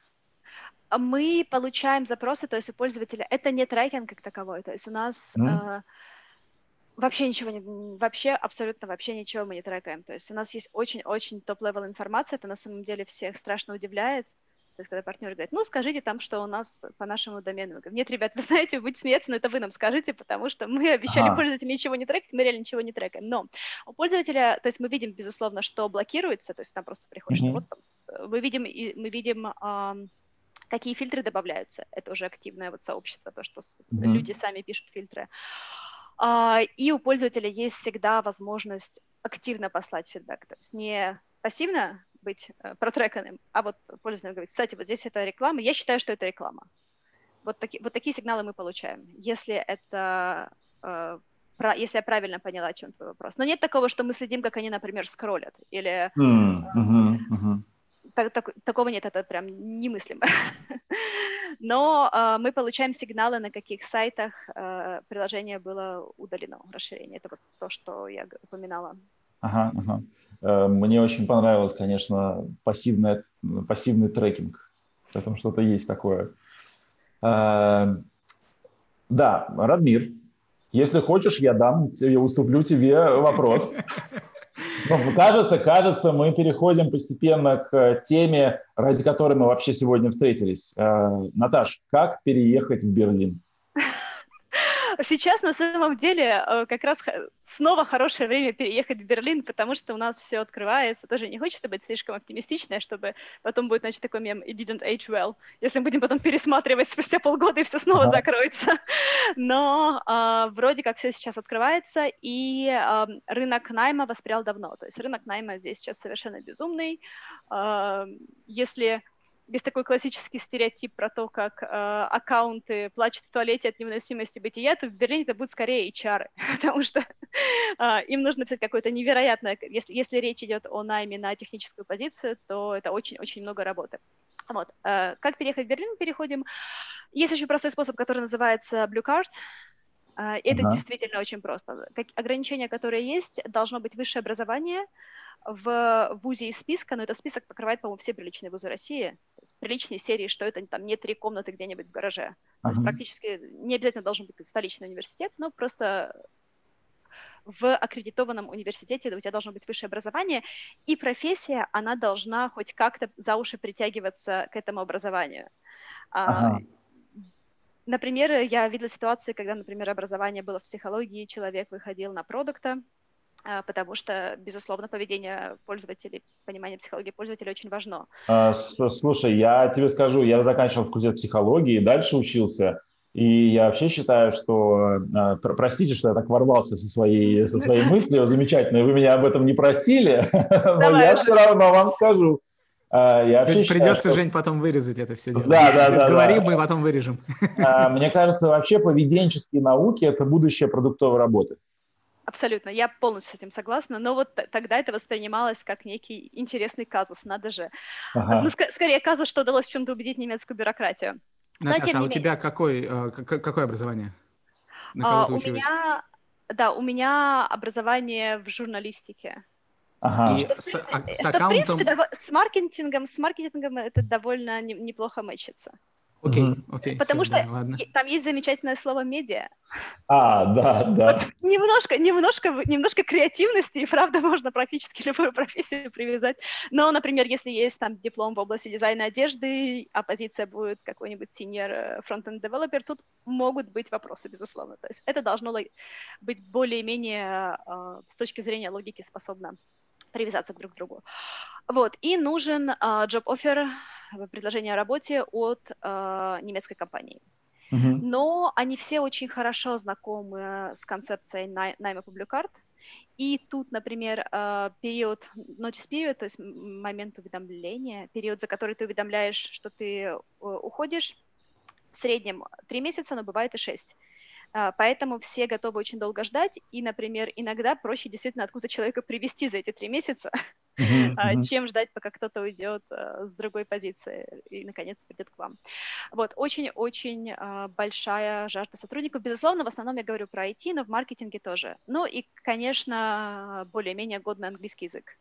Мы получаем запросы, то есть у пользователя, это не трекинг как таковой, то есть у нас mm. э, вообще ничего не, вообще, абсолютно вообще ничего мы не трекаем, то есть у нас есть очень-очень топ-левел информация, это на самом деле всех страшно удивляет. То есть, когда партнер говорит, ну, скажите там, что у нас по нашему домену. Мы говорим, нет, ребят, вы знаете, вы будете смеяться, но это вы нам скажите, потому что мы обещали ага. пользователю ничего не трекать, мы реально ничего не трекаем. Но у пользователя, то есть мы видим, безусловно, что блокируется, то есть там просто приходит, mm-hmm. что вот там, мы видим, мы видим а, какие фильтры добавляются. Это уже активное вот сообщество, то, что mm-hmm. люди сами пишут фильтры. А, и у пользователя есть всегда возможность активно послать фидбэк, то есть не пассивно быть э, протреканным, а вот пользователь говорит, кстати, вот здесь это реклама, я считаю, что это реклама. Вот, таки, вот такие сигналы мы получаем, если это, э, про, если я правильно поняла, о чем твой вопрос. Но нет такого, что мы следим, как они, например, скроллят, или... Mm, uh-huh, uh-huh. Так, так, такого нет, это прям немыслимо. Но э, мы получаем сигналы, на каких сайтах э, приложение было удалено, расширение. Это вот то, что я упоминала. Ага, ага. Э, Мне очень понравилось, конечно, пассивное, пассивный трекинг. В этом что-то есть такое. Э, Да, Радмир, если хочешь, я дам, я уступлю тебе вопрос. Но кажется, кажется, мы переходим постепенно к теме, ради которой мы вообще сегодня встретились. Э, Наташ, как переехать в Берлин? Сейчас на самом деле э, как раз х- снова хорошее время переехать в Берлин, потому что у нас все открывается. Тоже не хочется быть слишком оптимистичной, чтобы потом будет, значит, такой мем «It didn't age well», если мы будем потом пересматривать спустя полгода и все снова Ага, закроется. Но э, вроде как все сейчас открывается, и э, рынок найма воспрял давно. То есть рынок найма здесь сейчас совершенно безумный. Э, Если есть такой классический стереотип про то, как э, аккаунты плачут в туалете от невыносимости бытия, то в Берлине это будут скорее эйч ар, потому что э, им нужно писать какое-то невероятное... Если, если речь идет о найме на техническую позицию, то это очень-очень много работы. Вот. Э, как переехать в Берлин? Переходим. Есть очень простой способ, который называется Blue Card. Э, это ага, действительно очень просто. Как, ограничения, которые есть, должно быть высшее образование в вузе из списка, но этот список покрывает, по-моему, все приличные вузы России. То есть приличные серии, что это там не три комнаты где-нибудь в гараже. То есть ага, практически не обязательно должен быть столичный университет, но просто в аккредитованном университете у тебя должно быть высшее образование, и профессия, она должна хоть как-то за уши притягиваться к этому образованию. А, ага. Например, я видела ситуации, когда, например, образование было в психологии, человек выходил на продукта, а, потому что, безусловно, поведение пользователей, понимание психологии пользователя очень важно. А, с- Слушай, я тебе скажу, я заканчивал факультет психологии, дальше учился, и я вообще считаю, что, а, пр- простите, что я так ворвался со своей, со своей мыслью замечательной, вы меня об этом не просили, но Давай я уже. все равно вам скажу. А, Я вообще считаю, Придется, что... Жень, потом вырезать это все дело. Да, да, да, Говори, да. мы потом вырежем. А, Мне кажется, вообще поведенческие науки – это будущее продуктовой работы. Абсолютно, я полностью с этим согласна, но вот т- тогда это воспринималось как некий интересный казус, надо же. Ну, Ага. ск- скорее казус, что удалось в чем-то убедить немецкую бюрократию. Но тем Наташа, а не у менее, тебя какой, э, к- какое образование? На кого а, ты у училась? меня, да, у меня образование в журналистике. Ага. И Что, в с, принципе, а- с что, в принципе, аккаунтом... дово- с маркетингом, с маркетингом это довольно не- неплохо мэчится. Окей, Мгм. окей, все, Потому что да, ладно. е- там есть замечательное слово «медиа». А, да, Вот да. немножко, немножко, немножко креативности, и правда можно практически любую профессию привязать. Но, например, если есть там диплом в области дизайна одежды, а позиция будет какой-нибудь senior front-end developer, тут могут быть вопросы, безусловно. То есть это должно ло- быть более-менее э, с точки зрения логики способно привязаться друг к другу. Вот, и нужен э, job offer, предложение о работе от э, немецкой компании. Мгм. Но они все очень хорошо знакомы с концепцией най- найма Public Art. И тут, например, э, период, notice period, то есть м- момент уведомления, период, за который ты уведомляешь, что ты э, уходишь, в среднем три месяца, но бывает и шесть. А, Поэтому все готовы очень долго ждать, и, например, иногда проще действительно откуда человека привести за эти три месяца, Мгм. а, Мгм. чем ждать, пока кто-то уйдет а, с другой позиции и, наконец, придет к вам. Вот, очень-очень а, большая жажда сотрудников. Безусловно, в основном я говорю про ай ти, но в маркетинге тоже. Ну и, конечно, более-менее годный английский язык.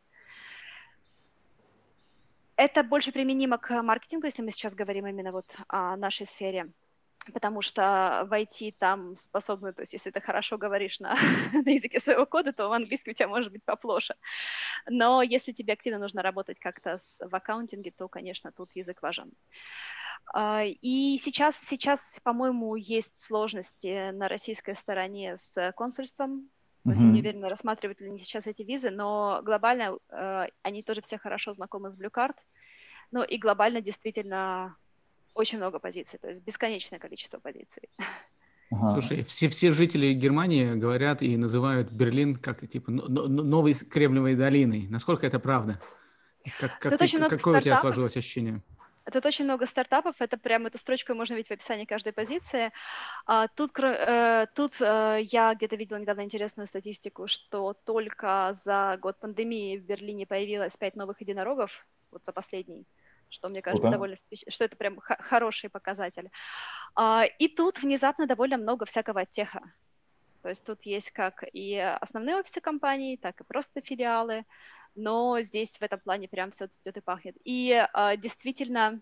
Это больше применимо к маркетингу, если мы сейчас говорим именно вот о нашей сфере. Потому что в ай ти там способны, то есть если ты хорошо говоришь на, на языке своего кода, то в английском у тебя может быть поплоше. Но если тебе активно нужно работать как-то с, в аккаунтинге, то, конечно, тут язык важен. А, И сейчас, сейчас, по-моему, есть сложности на российской стороне с консульством. То есть я не Мгм. уверена, рассматривают ли они сейчас эти визы, но глобально э, они тоже все хорошо знакомы с Blue Card. Ну и глобально действительно очень много позиций, то есть бесконечное количество позиций. Ага. Слушай, все, все жители Германии говорят и называют Берлин как типа но- но- новой Кремниевой долиной. Насколько это правда? Как, как Тут ты, очень как- много какое у тебя стартапов. сложилось ощущение? Тут очень много стартапов, это прям эту строчку можно видеть в описании каждой позиции. А, тут кро- э, тут э, я где-то видела недавно интересную статистику, что только за год пандемии в Берлине появилось пять новых единорогов, вот за последний, что мне кажется Круто. довольно впечат- что это прям х- хороший показатель. А, и тут внезапно довольно много всякого теха. То есть тут есть как и основные офисы компаний, так и просто филиалы, но здесь в этом плане прям все цветет и пахнет. И э, действительно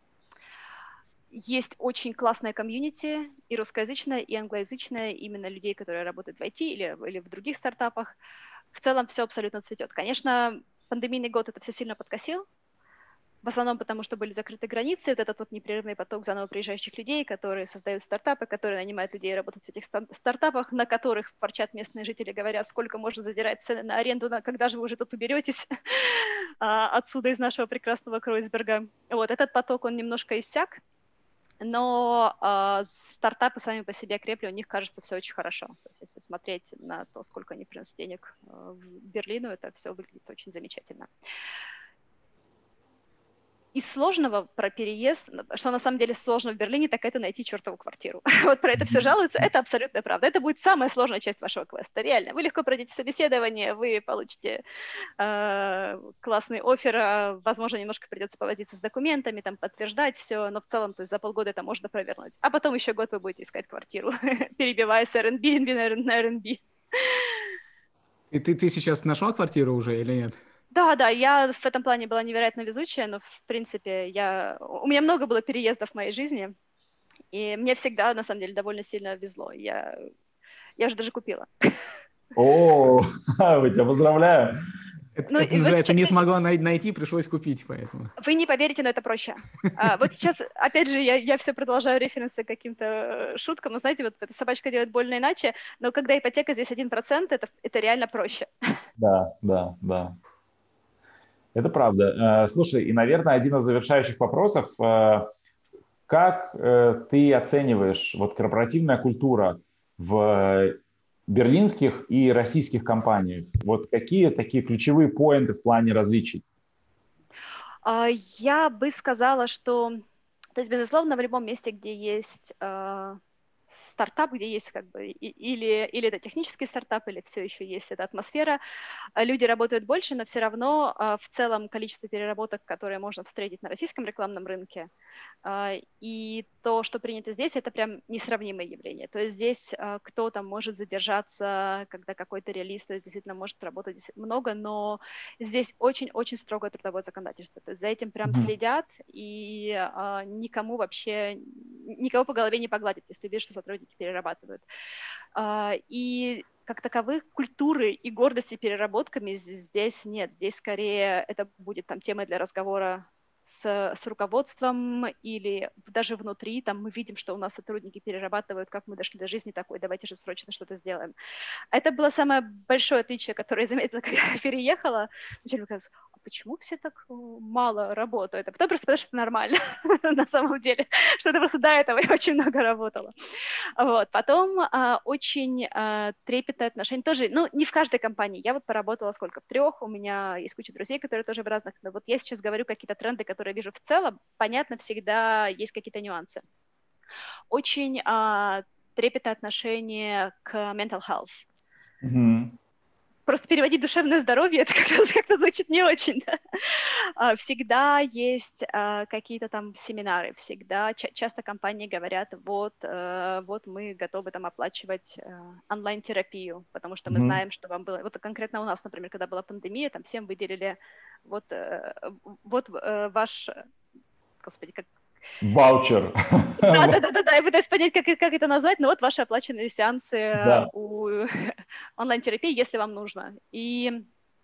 есть очень классная комьюнити, и русскоязычная, и англоязычная, именно людей, которые работают в ай ти или, или в других стартапах. В целом все абсолютно цветет. Конечно, пандемийный год это все сильно подкосил, в основном потому, что были закрыты границы, вот этот вот непрерывный поток заново приезжающих людей, которые создают стартапы, которые нанимают людей работать в этих стартапах, на которых ворчат местные жители, говорят, сколько можно задирать цены на аренду, на когда же вы уже тут уберетесь отсюда, из нашего прекрасного Кройсберга. Вот, этот поток, он немножко иссяк, но э, стартапы сами по себе крепли, у них, кажется, все очень хорошо. То есть если смотреть на то, сколько они приносят денег э, в Берлину, это все выглядит очень замечательно. Из сложного про переезд, что на самом деле сложно в Берлине, так это найти чертову квартиру. Вот про это все жалуются, это абсолютная правда. Это будет самая сложная часть вашего квеста, реально. Вы легко пройдете собеседование, вы получите э, классный оффер, э, возможно, немножко придется повозиться с документами, там, подтверждать все, но в целом, то есть за полгода это можно провернуть. А потом еще год вы будете искать квартиру, перебивая с эр энд би на эр энд би. И ты, ты сейчас нашла квартиру уже или нет? Да, да, я в этом плане была невероятно везучая, но, в принципе, я... у меня много было переездов в моей жизни, и мне всегда, на самом деле, довольно сильно везло. Я, я уже даже купила. О, вы тебя поздравляю. Это, ну, это называется, вот, не смогла найти, пришлось купить, поэтому. Вы не поверите, но это проще. А, вот сейчас, опять же, я, я все продолжаю референсы к каким-то шуткам, но, знаете, вот эта собачка делает больно иначе, но когда ипотека здесь один процент, это, это реально проще. Да, да, да. Это правда. Слушай, и, наверное, один из завершающих вопросов. Как ты оцениваешь вот корпоративная культура в берлинских и российских компаниях? Вот какие такие ключевые поинты в плане различий? Я бы сказала, что, то есть, безусловно, в любом месте, где есть стартап, где есть как бы или, или это технический стартап, или все еще есть эта атмосфера, люди работают больше, но все равно в целом количество переработок, которые можно встретить на российском рекламном рынке, и то, что принято здесь, это прям несравнимое явление. То есть здесь кто-то может задержаться, когда какой-то релиз, то есть действительно может работать много, но здесь очень-очень строгое трудовое законодательство. То есть за этим прям mm-hmm. следят, и никому вообще, никого по голове не погладят, если видишь, что сотрудники перерабатывают. И как таковых культуры и гордости переработками здесь нет. Здесь скорее это будет там темой для разговора с, с руководством или даже внутри. Там мы видим, что у нас сотрудники перерабатывают, как мы дошли до жизни такой, давайте же срочно что-то сделаем. Это было самое большое отличие, которое я заметила, когда я переехала. Вначале мне казалось, а почему все так мало работают? А потом просто потому, что это нормально на самом деле, что это просто до этого я очень много работала. Вот. Потом а, очень а, трепетное отношение. Тоже, ну, не в каждой компании. Я вот поработала сколько? В трех. У меня есть куча друзей, которые тоже в разных. Но вот я сейчас говорю какие-то тренды, которые вижу в целом. Понятно, всегда есть какие-то нюансы. Очень а, трепетное отношение к mental health. Mm-hmm. Просто переводить душевное здоровье, это как-то, как-то звучит не очень. Да? Всегда есть а, какие-то там семинары, всегда, ча- часто компании говорят, вот, а, вот мы готовы там оплачивать а, онлайн-терапию, потому что мы mm-hmm. знаем, что вам было, вот конкретно у нас, например, когда была пандемия, там всем выделили вот, а, вот а, ваш, господи, как... Ваучер. Да, да, да, да, да, я пытаюсь понять, как, как это назвать, но вот ваши оплаченные сеансы да. у онлайн-терапии, если вам нужно. И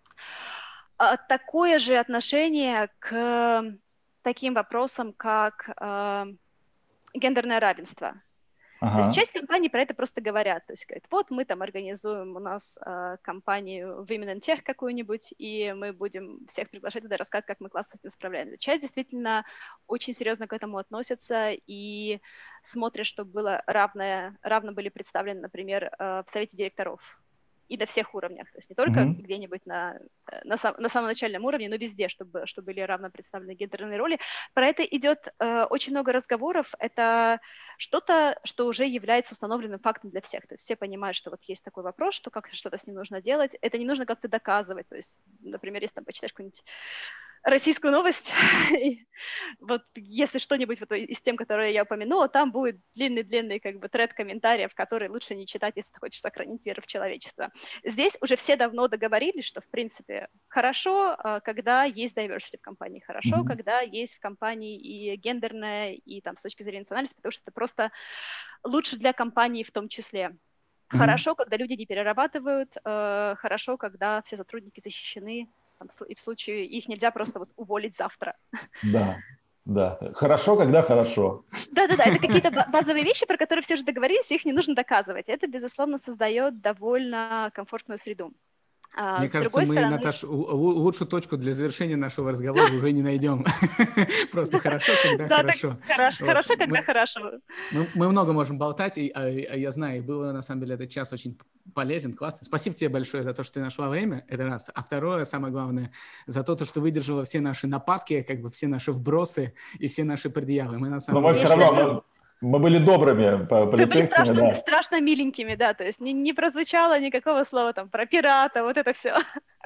а, такое же отношение к таким вопросам, как а, гендерное равенство. Ага. То есть часть компаний про это просто говорят. То есть говорят, вот мы там организуем у нас э, компанию Women in Tech какую-нибудь, и мы будем всех приглашать туда и рассказывать, как мы классно с этим справляемся. Часть действительно очень серьезно к этому относится и смотрят, чтобы было равное, равно были представлены, например, э, в совете директоров. И на всех уровнях, то есть не только mm-hmm. где-нибудь на, на, сам, на самом начальном уровне, но везде, чтобы, чтобы были равно представлены гендерные роли. Про это идет э, очень много разговоров. Это что-то, что уже является установленным фактом для всех. То есть все понимают, что вот есть такой вопрос, что как что-то с ним нужно делать. Это не нужно как-то доказывать. То есть, например, если там почитаешь какой-нибудь российскую новость. Вот если что-нибудь вот из тем, которые я упомянула, там будет длинный-длинный как бы тред комментариев, который лучше не читать, если ты хочешь сохранить веру в человечество. Здесь уже все давно договорились, что, в принципе, хорошо, когда есть diversity в компании, хорошо, mm-hmm. когда есть в компании и гендерная, и там с точки зрения национальности, потому что это просто лучше для компании в том числе. Mm-hmm. Хорошо, когда люди не перерабатывают, хорошо, когда все сотрудники защищены, и в случае их нельзя просто вот уволить завтра. Да, да. Хорошо, когда хорошо. Да-да-да, это какие-то базовые вещи, про которые все уже договорились, их не нужно доказывать. Это, безусловно, создает довольно комфортную среду. А, Мне кажется, мы, стороны... Наташ, лучшую точку для завершения нашего разговора уже не найдем. Просто хорошо, когда хорошо. Хорошо, когда хорошо. Мы много можем болтать, и я знаю, было на самом деле этот час очень полезен, классный. Спасибо тебе большое за то, что ты нашла время, это раз. А второе, самое главное, за то, что выдержала все наши нападки, как бы все наши вбросы и все наши предъявы. Мы на самом деле... Но мы все равно... Мы были добрыми полицейскими, Вы были страшно, да. страшно миленькими, да, то есть не, не прозвучало никакого слова там про пирата, вот это все.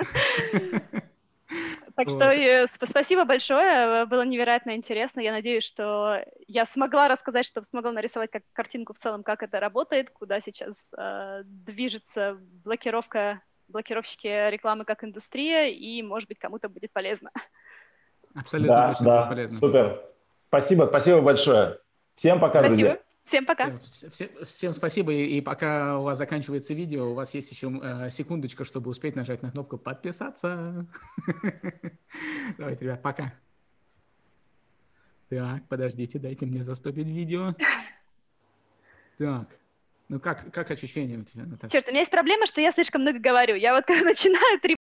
Так что спасибо большое, было невероятно интересно. Я надеюсь, что я смогла рассказать, что смогла нарисовать как картинку в целом, как это работает, куда сейчас э, движется блокировка, блокировщики рекламы как индустрия, и, может быть, кому-то будет полезно. Абсолютно да, точно да, будет полезно. Супер. Спасибо, спасибо большое. Всем пока, спасибо. друзья. Всем пока. Всем, всем, всем спасибо. И, и пока у вас заканчивается видео, у вас есть еще э, секундочка, чтобы успеть нажать на кнопку подписаться. Давайте, ребят, пока. Так, подождите, дайте мне застопить видео. Так, ну как, как ощущения у тебя, Наташа? Черт, у меня есть проблема, что я слишком много говорю. Я вот когда начинаю три